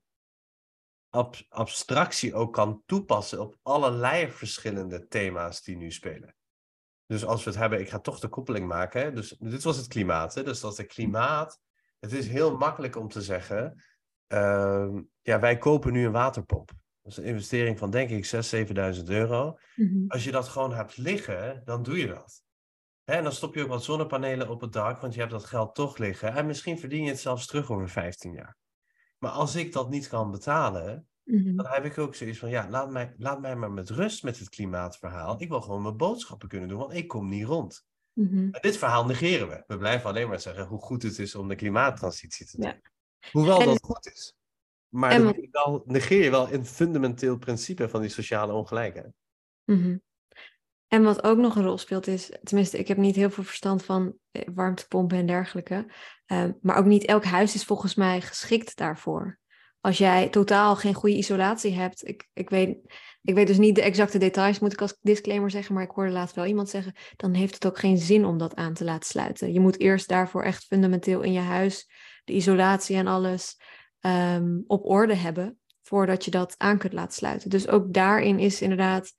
abstractie ook kan toepassen op allerlei verschillende thema's die nu spelen. Dus als we het hebben, ik ga toch de koppeling maken. Hè? Dus dit was het klimaat. Hè? Dus dat het klimaat, het is heel makkelijk om te zeggen, ja, wij kopen nu een waterpomp. Dat is een investering van denk ik 6.000, 7.000 euro. Mm-hmm. Als je dat gewoon hebt liggen, dan doe je dat. Hè? En dan stop je ook wat zonnepanelen op het dak, want je hebt dat geld toch liggen. En misschien verdien je het zelfs terug over 15 jaar. Maar als ik dat niet kan betalen, Mm-hmm. dan heb ik ook zoiets van, ja, laat mij maar met rust met het klimaatverhaal. Ik wil gewoon mijn boodschappen kunnen doen, want ik kom niet rond. Mm-hmm. En dit verhaal negeren we. We blijven alleen maar zeggen hoe goed het is om de klimaattransitie te doen. Ja. Hoewel En- dat goed is. Maar dan negeer je wel een fundamenteel principe van die sociale ongelijkheid. Mm-hmm. En wat ook nog een rol speelt is, tenminste, ik heb niet heel veel verstand van warmtepompen en dergelijke, maar ook niet elk huis is volgens mij geschikt daarvoor. Als jij totaal geen goede isolatie hebt, ik weet dus niet de exacte details, moet ik als disclaimer zeggen, maar ik hoorde laatst wel iemand zeggen, dan heeft het ook geen zin om dat aan te laten sluiten. Je moet eerst daarvoor echt fundamenteel in je huis de isolatie en alles op orde hebben, voordat je dat aan kunt laten sluiten. Dus ook daarin is inderdaad,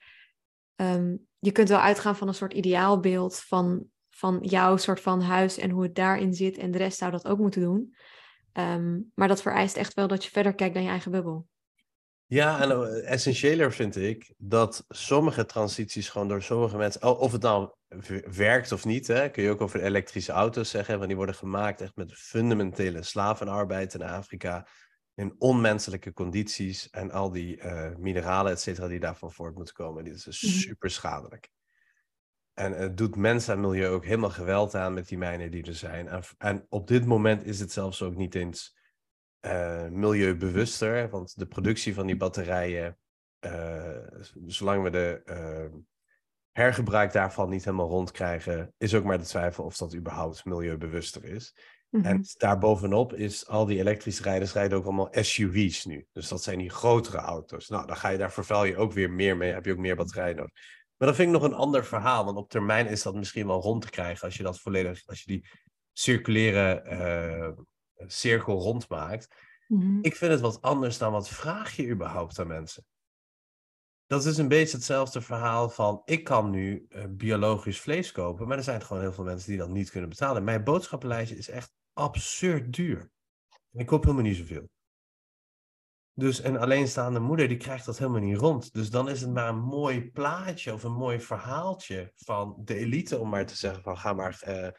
je kunt wel uitgaan van een soort ideaalbeeld van jouw soort van huis en hoe het daarin zit en de rest zou dat ook moeten doen. Maar dat vereist echt wel dat je verder kijkt dan je eigen bubbel. Ja, en essentiëler vind ik dat sommige transities gewoon door sommige mensen, of het nou werkt of niet, hè, kun je ook over elektrische auto's zeggen, want die worden gemaakt echt met fundamentele slavenarbeid in Afrika, in onmenselijke condities en al die mineralen, et cetera, die daarvan voort moeten komen. Dit is super schadelijk. En het doet mens en milieu ook helemaal geweld aan met die mijnen die er zijn. En op dit moment is het zelfs ook niet eens milieubewuster, want de productie van die batterijen, zolang we de hergebruik daarvan niet helemaal rondkrijgen, is ook maar de twijfel of dat überhaupt milieubewuster is. Mm-hmm. En daarbovenop is al die elektrische rijders rijden ook allemaal SUV's nu. Dus dat zijn die grotere auto's. Nou, daar vervuil je ook weer meer mee, heb je ook meer batterijen nodig. Maar dat vind ik nog een ander verhaal, want op termijn is dat misschien wel rond te krijgen als je die circulaire cirkel rondmaakt. Mm-hmm. Ik vind het wat anders dan wat vraag je überhaupt aan mensen. Dat is een beetje hetzelfde verhaal van, ik kan nu biologisch vlees kopen, maar er zijn gewoon heel veel mensen die dat niet kunnen betalen. Mijn boodschappenlijstje is echt absurd duur. En ik koop helemaal niet zoveel. Dus een alleenstaande moeder, die krijgt dat helemaal niet rond. Dus dan is het maar een mooi plaatje of een mooi verhaaltje van de elite, om maar te zeggen van, ga maar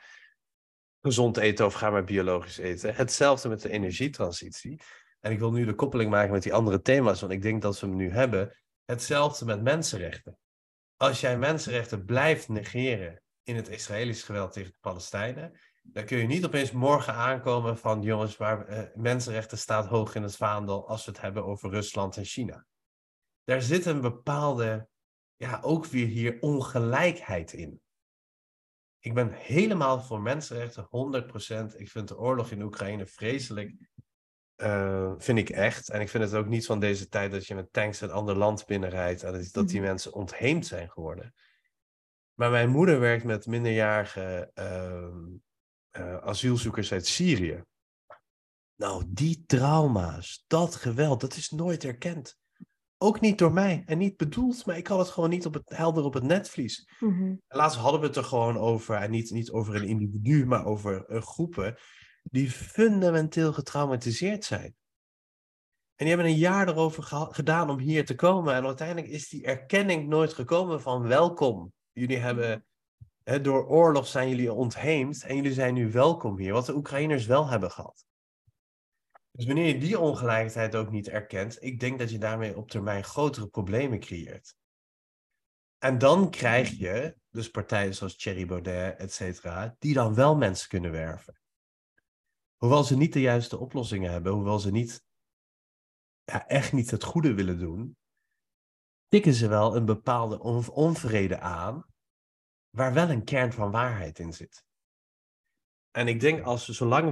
gezond eten of ga maar biologisch eten. Hetzelfde met de energietransitie. En ik wil nu de koppeling maken met die andere thema's, want ik denk dat we hem nu hebben. Hetzelfde met mensenrechten. Als jij mensenrechten blijft negeren in het Israëlisch geweld tegen de Palestijnen, dan kun je niet opeens morgen aankomen van jongens, maar mensenrechten staat hoog in het vaandel als we het hebben over Rusland en China. Daar zit een bepaalde, ook weer hier ongelijkheid in. Ik ben helemaal voor mensenrechten, 100%. Ik vind de oorlog in Oekraïne vreselijk. Vind ik echt. En ik vind het ook niet van deze tijd dat je met tanks een ander land binnenrijdt en dat die mensen ontheemd zijn geworden. Maar mijn moeder werkt met minderjarige asielzoekers uit Syrië. Nou, die trauma's, dat geweld, dat is nooit erkend. Ook niet door mij en niet bedoeld, maar ik had het gewoon niet helder op het netvlies. Mm-hmm. Laatst hadden we het er gewoon over, en niet over een individu, maar over groepen die fundamenteel getraumatiseerd zijn. En die hebben een jaar erover gedaan om hier te komen. En uiteindelijk is die erkenning nooit gekomen van welkom. Jullie hebben, door oorlog zijn jullie ontheemd en jullie zijn nu welkom hier. Wat de Oekraïners wel hebben gehad. Dus wanneer je die ongelijkheid ook niet erkent, ik denk dat je daarmee op termijn grotere problemen creëert. En dan krijg je dus partijen zoals Thierry Baudet, et cetera, die dan wel mensen kunnen werven. Hoewel ze niet de juiste oplossingen hebben, hoewel ze niet, echt niet het goede willen doen, tikken ze wel een bepaalde onvrede aan, waar wel een kern van waarheid in zit. En ik denk zolang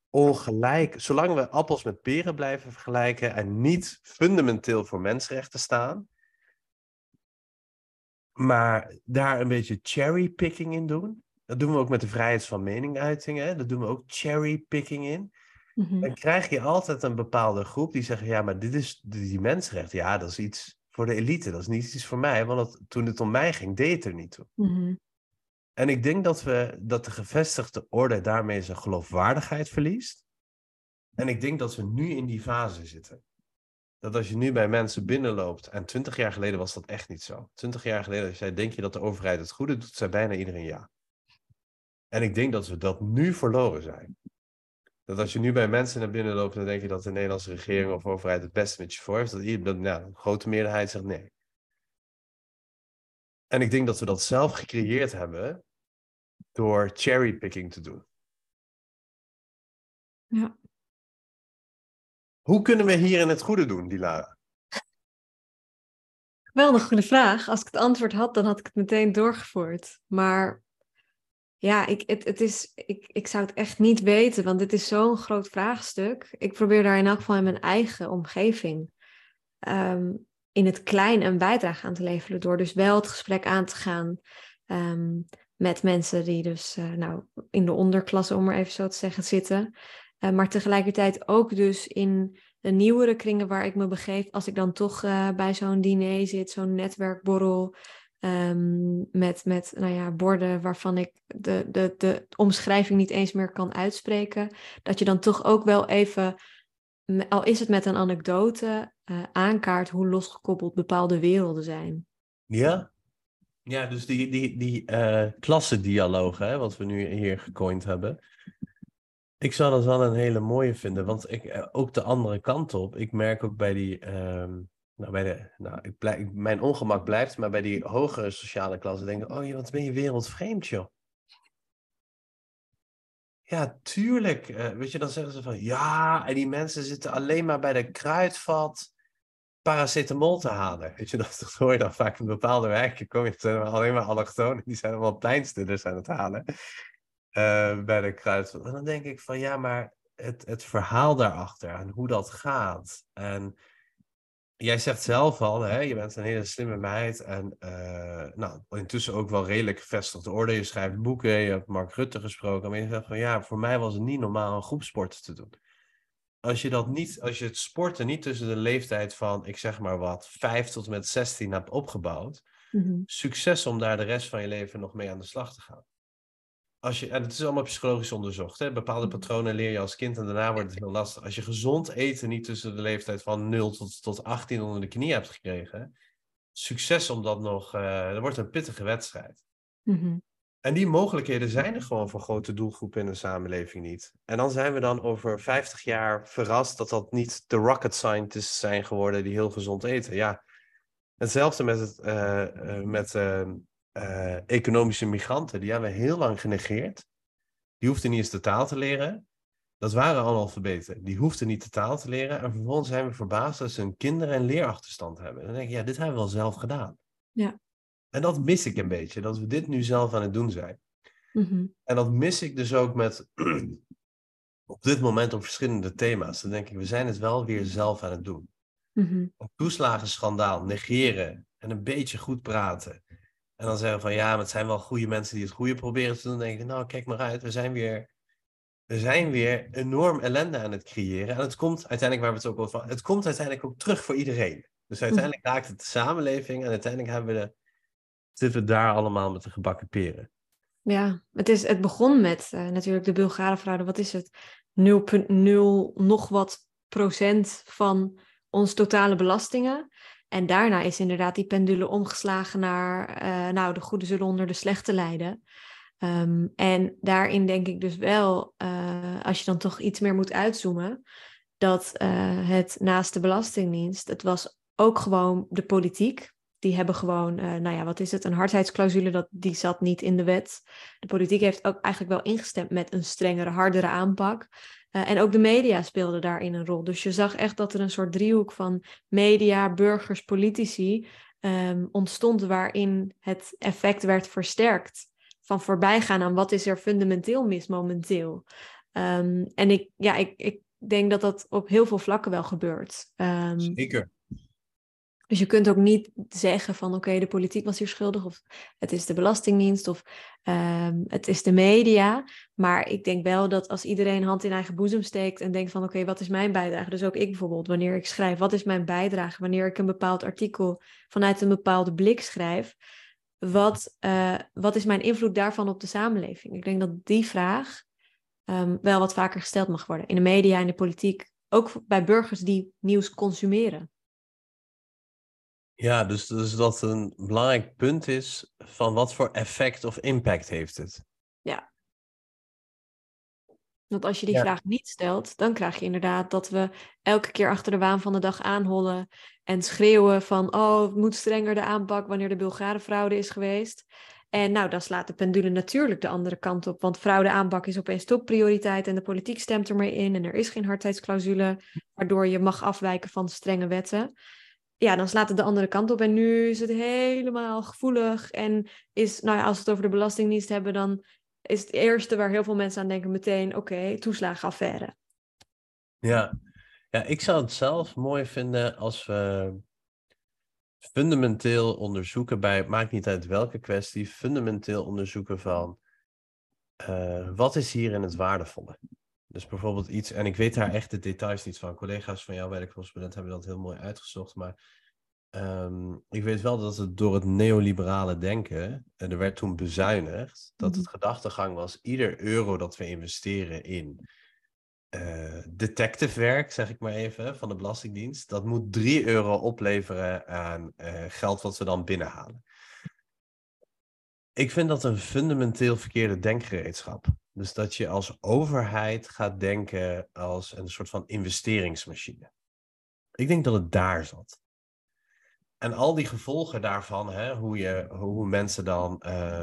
we appels met peren blijven vergelijken en niet fundamenteel voor mensenrechten staan, maar daar een beetje cherrypicking in doen. Dat doen we ook met de vrijheid van meningsuiting. Dat doen we ook cherrypicking in. Mm-hmm. Dan krijg je altijd een bepaalde groep die zeggen, ja, maar dit is die mensenrechten. Ja, dat is iets voor de elite. Dat is niet iets voor mij. Want toen het om mij ging, deed het er niet toe. Mm-hmm. En ik denk dat de gevestigde orde daarmee zijn geloofwaardigheid verliest. En ik denk dat we nu in die fase zitten. Dat als je nu bij mensen binnenloopt, en 20 jaar geleden was dat echt niet zo. 20 jaar geleden zei, denk je dat de overheid het goede doet, zei bijna iedereen ja. En ik denk dat we dat nu verloren zijn. Dat als je nu bij mensen naar binnen loopt, dan denk je dat de Nederlandse regering of overheid het beste met je voor heeft. Dat een grote meerderheid zegt nee. En ik denk dat we dat zelf gecreëerd hebben door cherrypicking te doen. Ja. Hoe kunnen we hierin het goede doen, Dilara? Wel een goede vraag. Als ik het antwoord had, dan had ik het meteen doorgevoerd. Maar ja, ik zou het echt niet weten, want dit is zo'n groot vraagstuk. Ik probeer daar in elk geval in mijn eigen omgeving in het klein een bijdrage aan te leveren. Door dus wel het gesprek aan te gaan met mensen die dus in de onderklasse, om maar even zo te zeggen, zitten. Maar tegelijkertijd ook dus in de nieuwere kringen waar ik me begeef, als ik dan toch bij zo'n diner zit, zo'n netwerkborrel, met borden waarvan ik de omschrijving niet eens meer kan uitspreken, dat je dan toch ook wel even, al is het met een anekdote, aankaart hoe losgekoppeld bepaalde werelden zijn. Ja? Ja, dus die klassendialogen, wat we nu hier gecoind hebben. Ik zou dat wel een hele mooie vinden, want ook de andere kant op, ik merk ook bij die, mijn ongemak blijft, maar bij die hogere sociale klasse denk ik, wat ben je wereldvreemd, joh. Ja, tuurlijk. Weet je, dan zeggen ze van, ja, en die mensen zitten alleen maar bij de kruidvat paracetamol te halen. Weet je, dat hoor je dan vaak in bepaalde wijken. Er zijn alleen maar allochtonen, die zijn allemaal pleinstuders aan het halen. Bij de kruidvat. En dan denk ik van, ja, maar het verhaal daarachter en hoe dat gaat. En jij zegt zelf al, hè, je bent een hele slimme meid en intussen ook wel redelijk gevestigde orde. Je schrijft boeken, je hebt Mark Rutte gesproken. Maar je zegt van, ja, voor mij was het niet normaal een groepsport te doen. Als je het sporten niet tussen de leeftijd van, ik zeg maar wat, 5 tot en met 16 hebt opgebouwd, succes om daar de rest van je leven nog mee aan de slag te gaan. En het is allemaal psychologisch onderzocht. Hè? Bepaalde patronen leer je als kind en daarna wordt het heel lastig. Als je gezond eten niet tussen de leeftijd van 0 tot 18 onder de knie hebt gekregen, succes om dat nog, dat wordt een pittige wedstrijd. Mm-hmm. En die mogelijkheden zijn er gewoon voor grote doelgroepen in de samenleving niet. En dan zijn we dan over 50 jaar verrast dat niet de rocket scientists zijn geworden die heel gezond eten. Ja, hetzelfde met economische migranten, die hebben we heel lang genegeerd. Die hoefden niet eens de taal te leren. Dat waren analfabeten. Die hoefden niet de taal te leren. En vervolgens zijn we verbaasd dat ze hun kinderen een leerachterstand hebben. En dan denk ik, ja, dit hebben we wel zelf gedaan. Ja. En dat mis ik een beetje, dat we dit nu zelf aan het doen zijn. Mm-hmm. En dat mis ik dus ook met op dit moment op verschillende thema's. Dan denk ik, we zijn het wel weer zelf aan het doen. Mm-hmm. Een toeslagenschandaal negeren en een beetje goed praten. En dan zeggen van ja, maar het zijn wel goede mensen die het goede proberen te doen. Dan denk ik, nou kijk maar uit, we zijn weer enorm ellende aan het creëren. En het komt uiteindelijk, waar we het ook over hadden, het komt uiteindelijk ook terug voor iedereen. Dus uiteindelijk raakt het de samenleving en uiteindelijk zitten we daar allemaal met de gebakken peren. Ja, het begon met natuurlijk de Bulgarenfraude. Wat is het? 0,0 nog wat procent van onze totale belastingen. En daarna is inderdaad die pendule omgeslagen naar de goede zullen onder de slechte lijden. En daarin denk ik dus wel, als je dan toch iets meer moet uitzoomen, dat het naast de Belastingdienst, het was ook gewoon de politiek. Die hebben gewoon, wat is het, een hardheidsclausule, die zat niet in de wet. De politiek heeft ook eigenlijk wel ingestemd met een strengere, hardere aanpak. En ook de media speelden daarin een rol. Dus je zag echt dat er een soort driehoek van media, burgers, politici ontstond, waarin het effect werd versterkt. Van voorbijgaan aan wat is er fundamenteel mis momenteel. En ik denk dat dat op heel veel vlakken wel gebeurt. Zeker. Dus je kunt ook niet zeggen van oké, de politiek was hier schuldig, of het is de Belastingdienst, of het is de media. Maar ik denk wel dat als iedereen hand in eigen boezem steekt en denkt van oké, wat is mijn bijdrage? Dus ook ik bijvoorbeeld, wanneer ik schrijf, wat is mijn bijdrage? Wanneer ik een bepaald artikel vanuit een bepaalde blik schrijf, wat is mijn invloed daarvan op de samenleving? Ik denk dat die vraag wel wat vaker gesteld mag worden. In de media, in de politiek, ook bij burgers die nieuws consumeren. Ja, dus dat een belangrijk punt is van wat voor effect of impact heeft het. Ja. Want als je die vraag niet stelt, dan krijg je inderdaad dat we elke keer achter de waan van de dag aanhollen en schreeuwen van het moet strenger de aanpak wanneer de Bulgarenfraude is geweest. En dan slaat de pendule natuurlijk de andere kant op, want fraudeaanpak is opeens topprioriteit en de politiek stemt er mee in en er is geen hardheidsclausule, waardoor je mag afwijken van strenge wetten. Ja, dan slaat het de andere kant op en nu is het helemaal gevoelig en als we het over de Belastingdienst hebben, dan is het eerste waar heel veel mensen aan denken meteen, oké, toeslagenaffaire. Ja, ik zou het zelf mooi vinden als we fundamenteel onderzoeken het maakt niet uit welke kwestie, fundamenteel onderzoeken van wat is hier in het waardevolle? Dus bijvoorbeeld iets, en ik weet daar echt de details niet van. Collega's van jou bij de correspondent hebben dat heel mooi uitgezocht, maar ik weet wel dat het door het neoliberale denken, er werd toen bezuinigd, dat het gedachtegang was, ieder euro dat we investeren in detective werk, zeg ik maar even, van de Belastingdienst, dat moet 3 euro opleveren aan geld wat we dan binnenhalen. Ik vind dat een fundamenteel verkeerde denkgereedschap. Dus dat je als overheid gaat denken als een soort van investeringsmachine. Ik denk dat het daar zat. En al die gevolgen daarvan, hoe mensen dan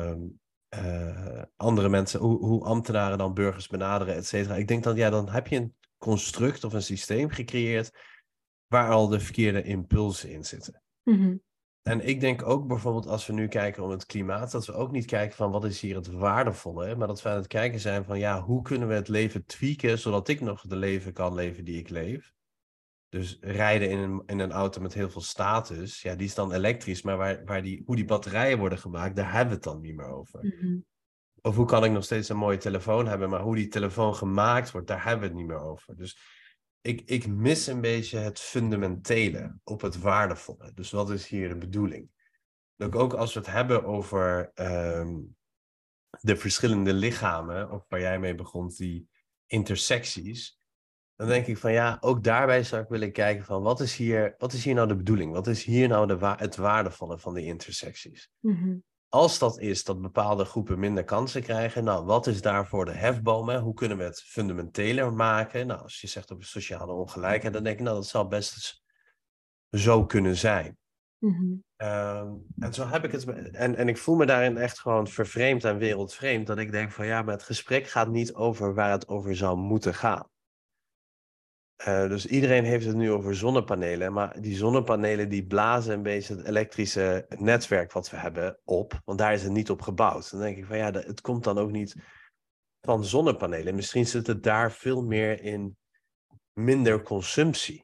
andere mensen, hoe ambtenaren dan burgers benaderen, et cetera. Ik denk dat dan heb je een construct of een systeem gecreëerd waar al de verkeerde impulsen in zitten. Mm-hmm. En ik denk ook bijvoorbeeld als we nu kijken om het klimaat, dat we ook niet kijken van wat is hier het waardevolle, maar dat we aan het kijken zijn van hoe kunnen we het leven tweaken, zodat ik nog de leven kan leven die ik leef. Dus rijden in een auto met heel veel status, die is dan elektrisch, maar hoe die batterijen worden gemaakt, daar hebben we het dan niet meer over. Mm-hmm. Of hoe kan ik nog steeds een mooie telefoon hebben, maar hoe die telefoon gemaakt wordt, daar hebben we het niet meer over. Dus ik mis een beetje het fundamentele op het waardevolle. Dus wat is hier de bedoeling? Ook als we het hebben over de verschillende lichamen, of waar jij mee begon, die intersecties, dan denk ik van ook daarbij zou ik willen kijken van wat is hier nou de bedoeling? Wat is hier nou het waardevolle van die intersecties? Mm-hmm. Als dat is dat bepaalde groepen minder kansen krijgen, wat is daarvoor de hefboom? Hoe kunnen we het fundamenteler maken? Als je zegt over sociale ongelijkheid, dan denk ik, dat zou best eens zo kunnen zijn. En zo heb ik het. En ik voel me daarin echt gewoon vervreemd en wereldvreemd. Dat ik denk van ja, maar het gesprek gaat niet over waar het over zou moeten gaan. Dus iedereen heeft het nu over zonnepanelen. Maar die zonnepanelen die blazen een beetje het elektrische netwerk wat we hebben op. Want daar is het niet op gebouwd. Dan denk ik van ja, het komt dan ook niet van zonnepanelen. Misschien zit het daar veel meer in minder consumptie.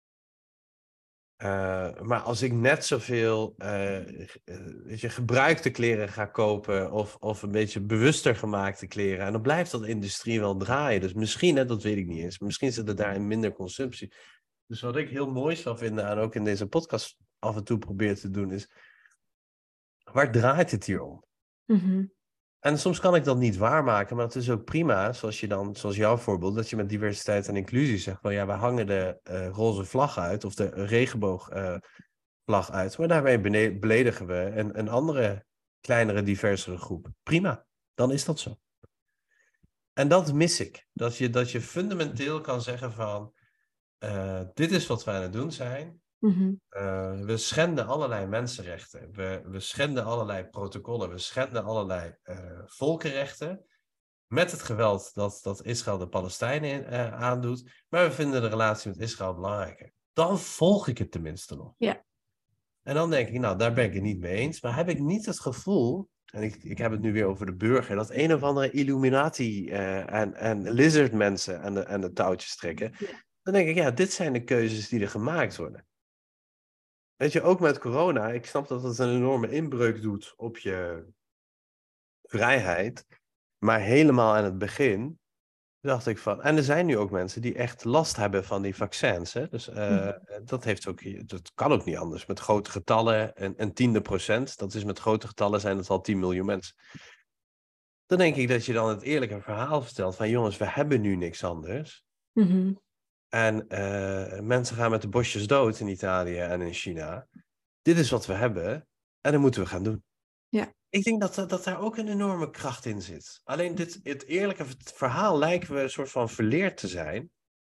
Maar als ik net zoveel gebruikte kleren ga kopen of een beetje bewuster gemaakte kleren, en dan blijft dat industrie wel draaien. Dus misschien, dat weet ik niet eens, misschien zit het daar in minder consumptie. Dus wat ik heel mooi zou vinden en ook in deze podcast af en toe probeer te doen is, waar draait het hier om? En soms kan ik dat niet waarmaken, maar het is ook prima, zoals jouw voorbeeld, dat je met diversiteit en inclusie zegt van ja, we hangen de roze vlag uit of de regenboogvlag uit, maar daarbij beledigen we een andere, kleinere, diversere groep. Prima, dan is dat zo. En dat mis ik. Dat je fundamenteel kan zeggen van dit is wat we aan het doen zijn. We schenden allerlei mensenrechten. We schenden allerlei protocollen. We schenden allerlei volkenrechten. Met het geweld dat Israël de Palestijnen aandoet. Maar we vinden de relatie met Israël belangrijker. Dan volg ik het tenminste nog. Ja. En dan denk ik, nou, daar ben ik het niet mee eens. Maar heb ik niet het gevoel, en ik heb het nu weer over de burger, dat een of andere Illuminati en lizard mensen aan de touwtjes trekken. Ja. Dan denk ik, ja, dit zijn de keuzes die er gemaakt worden. Weet je, ook met corona, ik snap dat het een enorme inbreuk doet op je vrijheid. Maar helemaal aan het begin dacht ik van, en er zijn nu ook mensen die echt last hebben van die vaccins. Hè? Dus dat kan ook niet anders. Met grote getallen, een 10%, dat is met grote getallen zijn het al 10 miljoen mensen. Dan denk ik dat je dan het eerlijke verhaal vertelt van jongens, we hebben nu niks anders. En mensen gaan met de bosjes dood in Italië en in China. Dit is wat we hebben en dat moeten we gaan doen. Ja. Ik denk dat daar ook een enorme kracht in zit. Alleen het eerlijke verhaal lijken we een soort van verleerd te zijn.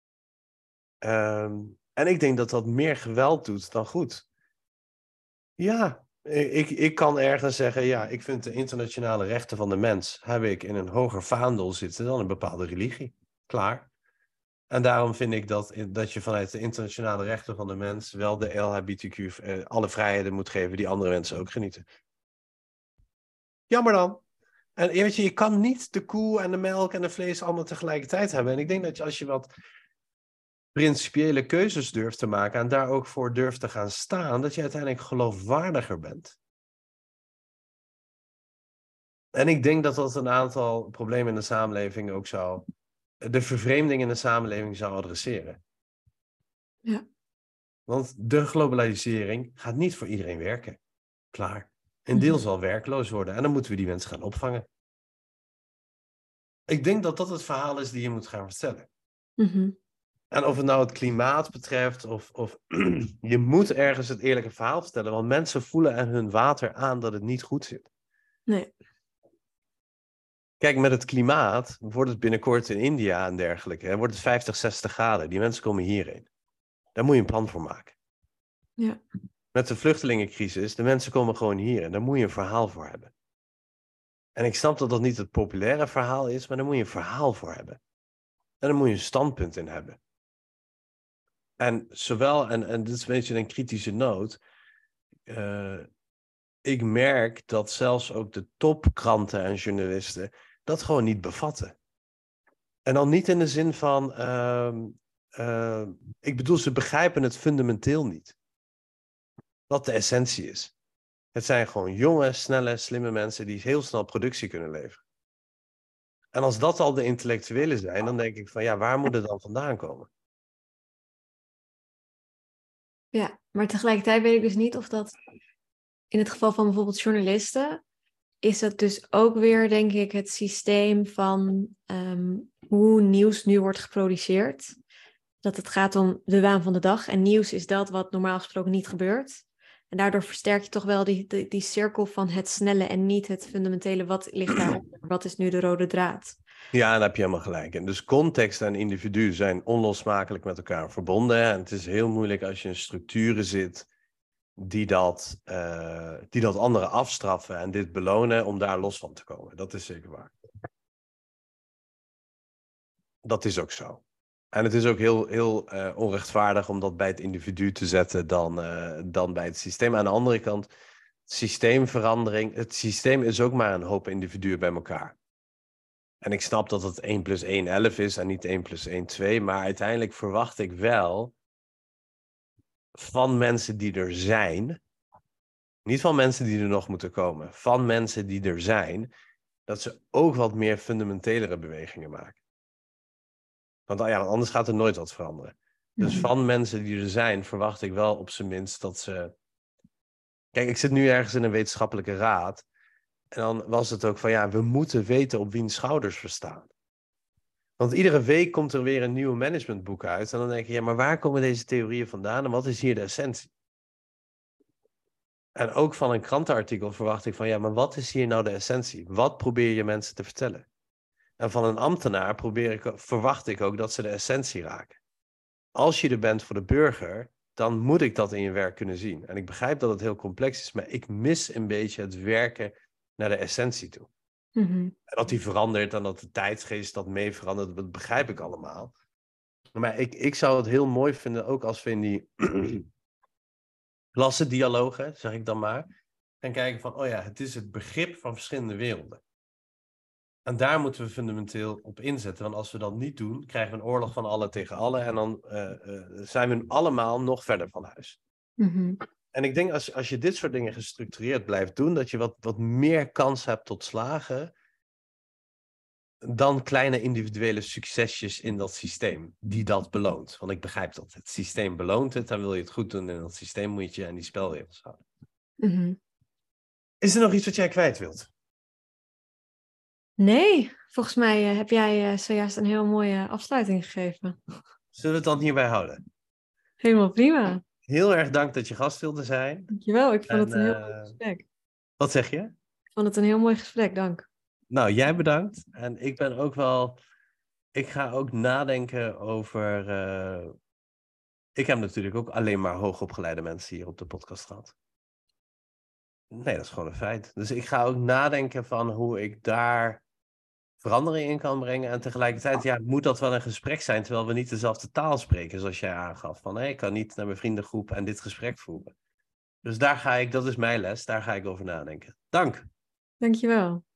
En ik denk dat dat meer geweld doet dan goed. Ja, ik kan ergens zeggen, ja, ik vind de internationale rechten van de mens heb ik in een hoger vaandel zitten dan een bepaalde religie. Klaar. En daarom vind ik dat je vanuit de internationale rechten van de mens wel de LHBTQ alle vrijheden moet geven die andere mensen ook genieten. Jammer dan. En weet je kan niet de koe en de melk en de vlees allemaal tegelijkertijd hebben. En ik denk dat als je wat principiële keuzes durft te maken en daar ook voor durft te gaan staan, dat je uiteindelijk geloofwaardiger bent. En ik denk dat dat een aantal problemen in de samenleving ook de vervreemding in de samenleving zou adresseren. Ja. Want de globalisering gaat niet voor iedereen werken. Klaar. Een deel zal werkloos worden en dan moeten we die mensen gaan opvangen. Ik denk dat dat het verhaal is die je moet gaan vertellen. En of het nou het klimaat betreft of je moet ergens het eerlijke verhaal vertellen, want mensen voelen aan hun water aan dat het niet goed zit. Nee. Kijk, met het klimaat wordt het binnenkort in India en dergelijke, wordt het 50, 60 graden. Die mensen komen hierheen. Daar moet je een plan voor maken. Ja. Met de vluchtelingencrisis, de mensen komen gewoon hier en daar moet je een verhaal voor hebben. En ik snap dat dat niet het populaire verhaal is, maar daar moet je een verhaal voor hebben. En daar moet je een standpunt in hebben. En dit is een beetje een kritische noot, ik merk dat zelfs ook de topkranten en journalisten dat gewoon niet bevatten. En dan niet in de zin van, ik bedoel, ze begrijpen het fundamenteel niet. Wat de essentie is. Het zijn gewoon jonge, snelle, slimme mensen die heel snel productie kunnen leveren. En als dat al de intellectuelen zijn, dan denk ik van ja, waar moet het dan vandaan komen? Ja, maar tegelijkertijd weet ik dus niet of dat in het geval van bijvoorbeeld journalisten, is dat dus ook weer, denk ik, het systeem van hoe nieuws nu wordt geproduceerd. Dat het gaat om de waan van de dag. En nieuws is dat wat normaal gesproken niet gebeurt. En daardoor versterk je toch wel die cirkel van het snelle en niet het fundamentele. Wat ligt daaronder? Wat is nu de rode draad? Ja, daar heb je helemaal gelijk in. Dus context en individu zijn onlosmakelijk met elkaar verbonden. En het is heel moeilijk als je in structuren zit die dat anderen afstraffen en dit belonen om daar los van te komen. Dat is zeker waar. Dat is ook zo. En het is ook heel onrechtvaardig om dat bij het individu te zetten dan bij het systeem. Aan de andere kant, systeemverandering. Het systeem is ook maar een hoop individuen bij elkaar. En ik snap dat het 1 + 1 11 is en niet 1 + 1 2. Maar uiteindelijk verwacht ik wel van mensen die er zijn, niet van mensen die er nog moeten komen, van mensen die er zijn, dat ze ook wat meer fundamentelere bewegingen maken. Want anders gaat er nooit wat veranderen. Dus van mensen die er zijn, verwacht ik wel op zijn minst dat ze... Kijk, ik zit nu ergens in een wetenschappelijke raad. En dan was het ook van, we moeten weten op wiens schouders we staan. Want iedere week komt er weer een nieuw managementboek uit. En dan denk je, maar waar komen deze theorieën vandaan? En wat is hier de essentie? En ook van een krantenartikel verwacht ik van, maar wat is hier nou de essentie? Wat probeer je mensen te vertellen? En van een ambtenaar verwacht ik ook dat ze de essentie raken. Als je er bent voor de burger, dan moet ik dat in je werk kunnen zien. En ik begrijp dat het heel complex is, maar ik mis een beetje het werken naar de essentie toe. Mm-hmm. En dat die verandert en dat de tijdsgeest dat mee verandert, dat begrijp ik allemaal. Maar ik zou het heel mooi vinden, ook als we in die klassendialogen, zeg ik dan maar, gaan kijken van, het is het begrip van verschillende werelden. En daar moeten we fundamenteel op inzetten. Want als we dat niet doen, krijgen we een oorlog van allen tegen allen. En dan zijn we allemaal nog verder van huis. Mm-hmm. En ik denk als je dit soort dingen gestructureerd blijft doen, dat je wat meer kans hebt tot slagen dan kleine individuele succesjes in dat systeem die dat beloont. Want ik begrijp dat. Het systeem beloont het, dan wil je het goed doen en dat systeem moet je aan die spelregels houden. Mm-hmm. Is er nog iets wat jij kwijt wilt? Nee, volgens mij heb jij zojuist een heel mooie afsluiting gegeven. Zullen we het dan hierbij houden? Helemaal prima. Heel erg dank dat je gast wilde zijn. Dankjewel, ik vond het een heel mooi gesprek. Wat zeg je? Ik vond het een heel mooi gesprek, dank. Nou, jij bedankt. En ik ben ook wel... Ik ga ook nadenken over... Ik heb natuurlijk ook alleen maar hoogopgeleide mensen hier op de podcast gehad. Nee, dat is gewoon een feit. Dus ik ga ook nadenken van hoe ik daar verandering in kan brengen. En tegelijkertijd, moet dat wel een gesprek zijn, terwijl we niet dezelfde taal spreken, zoals jij aangaf. Van, ik kan niet naar mijn vriendengroep en dit gesprek voeren. Dus dat is mijn les, daar ga ik over nadenken. Dank. Dankjewel.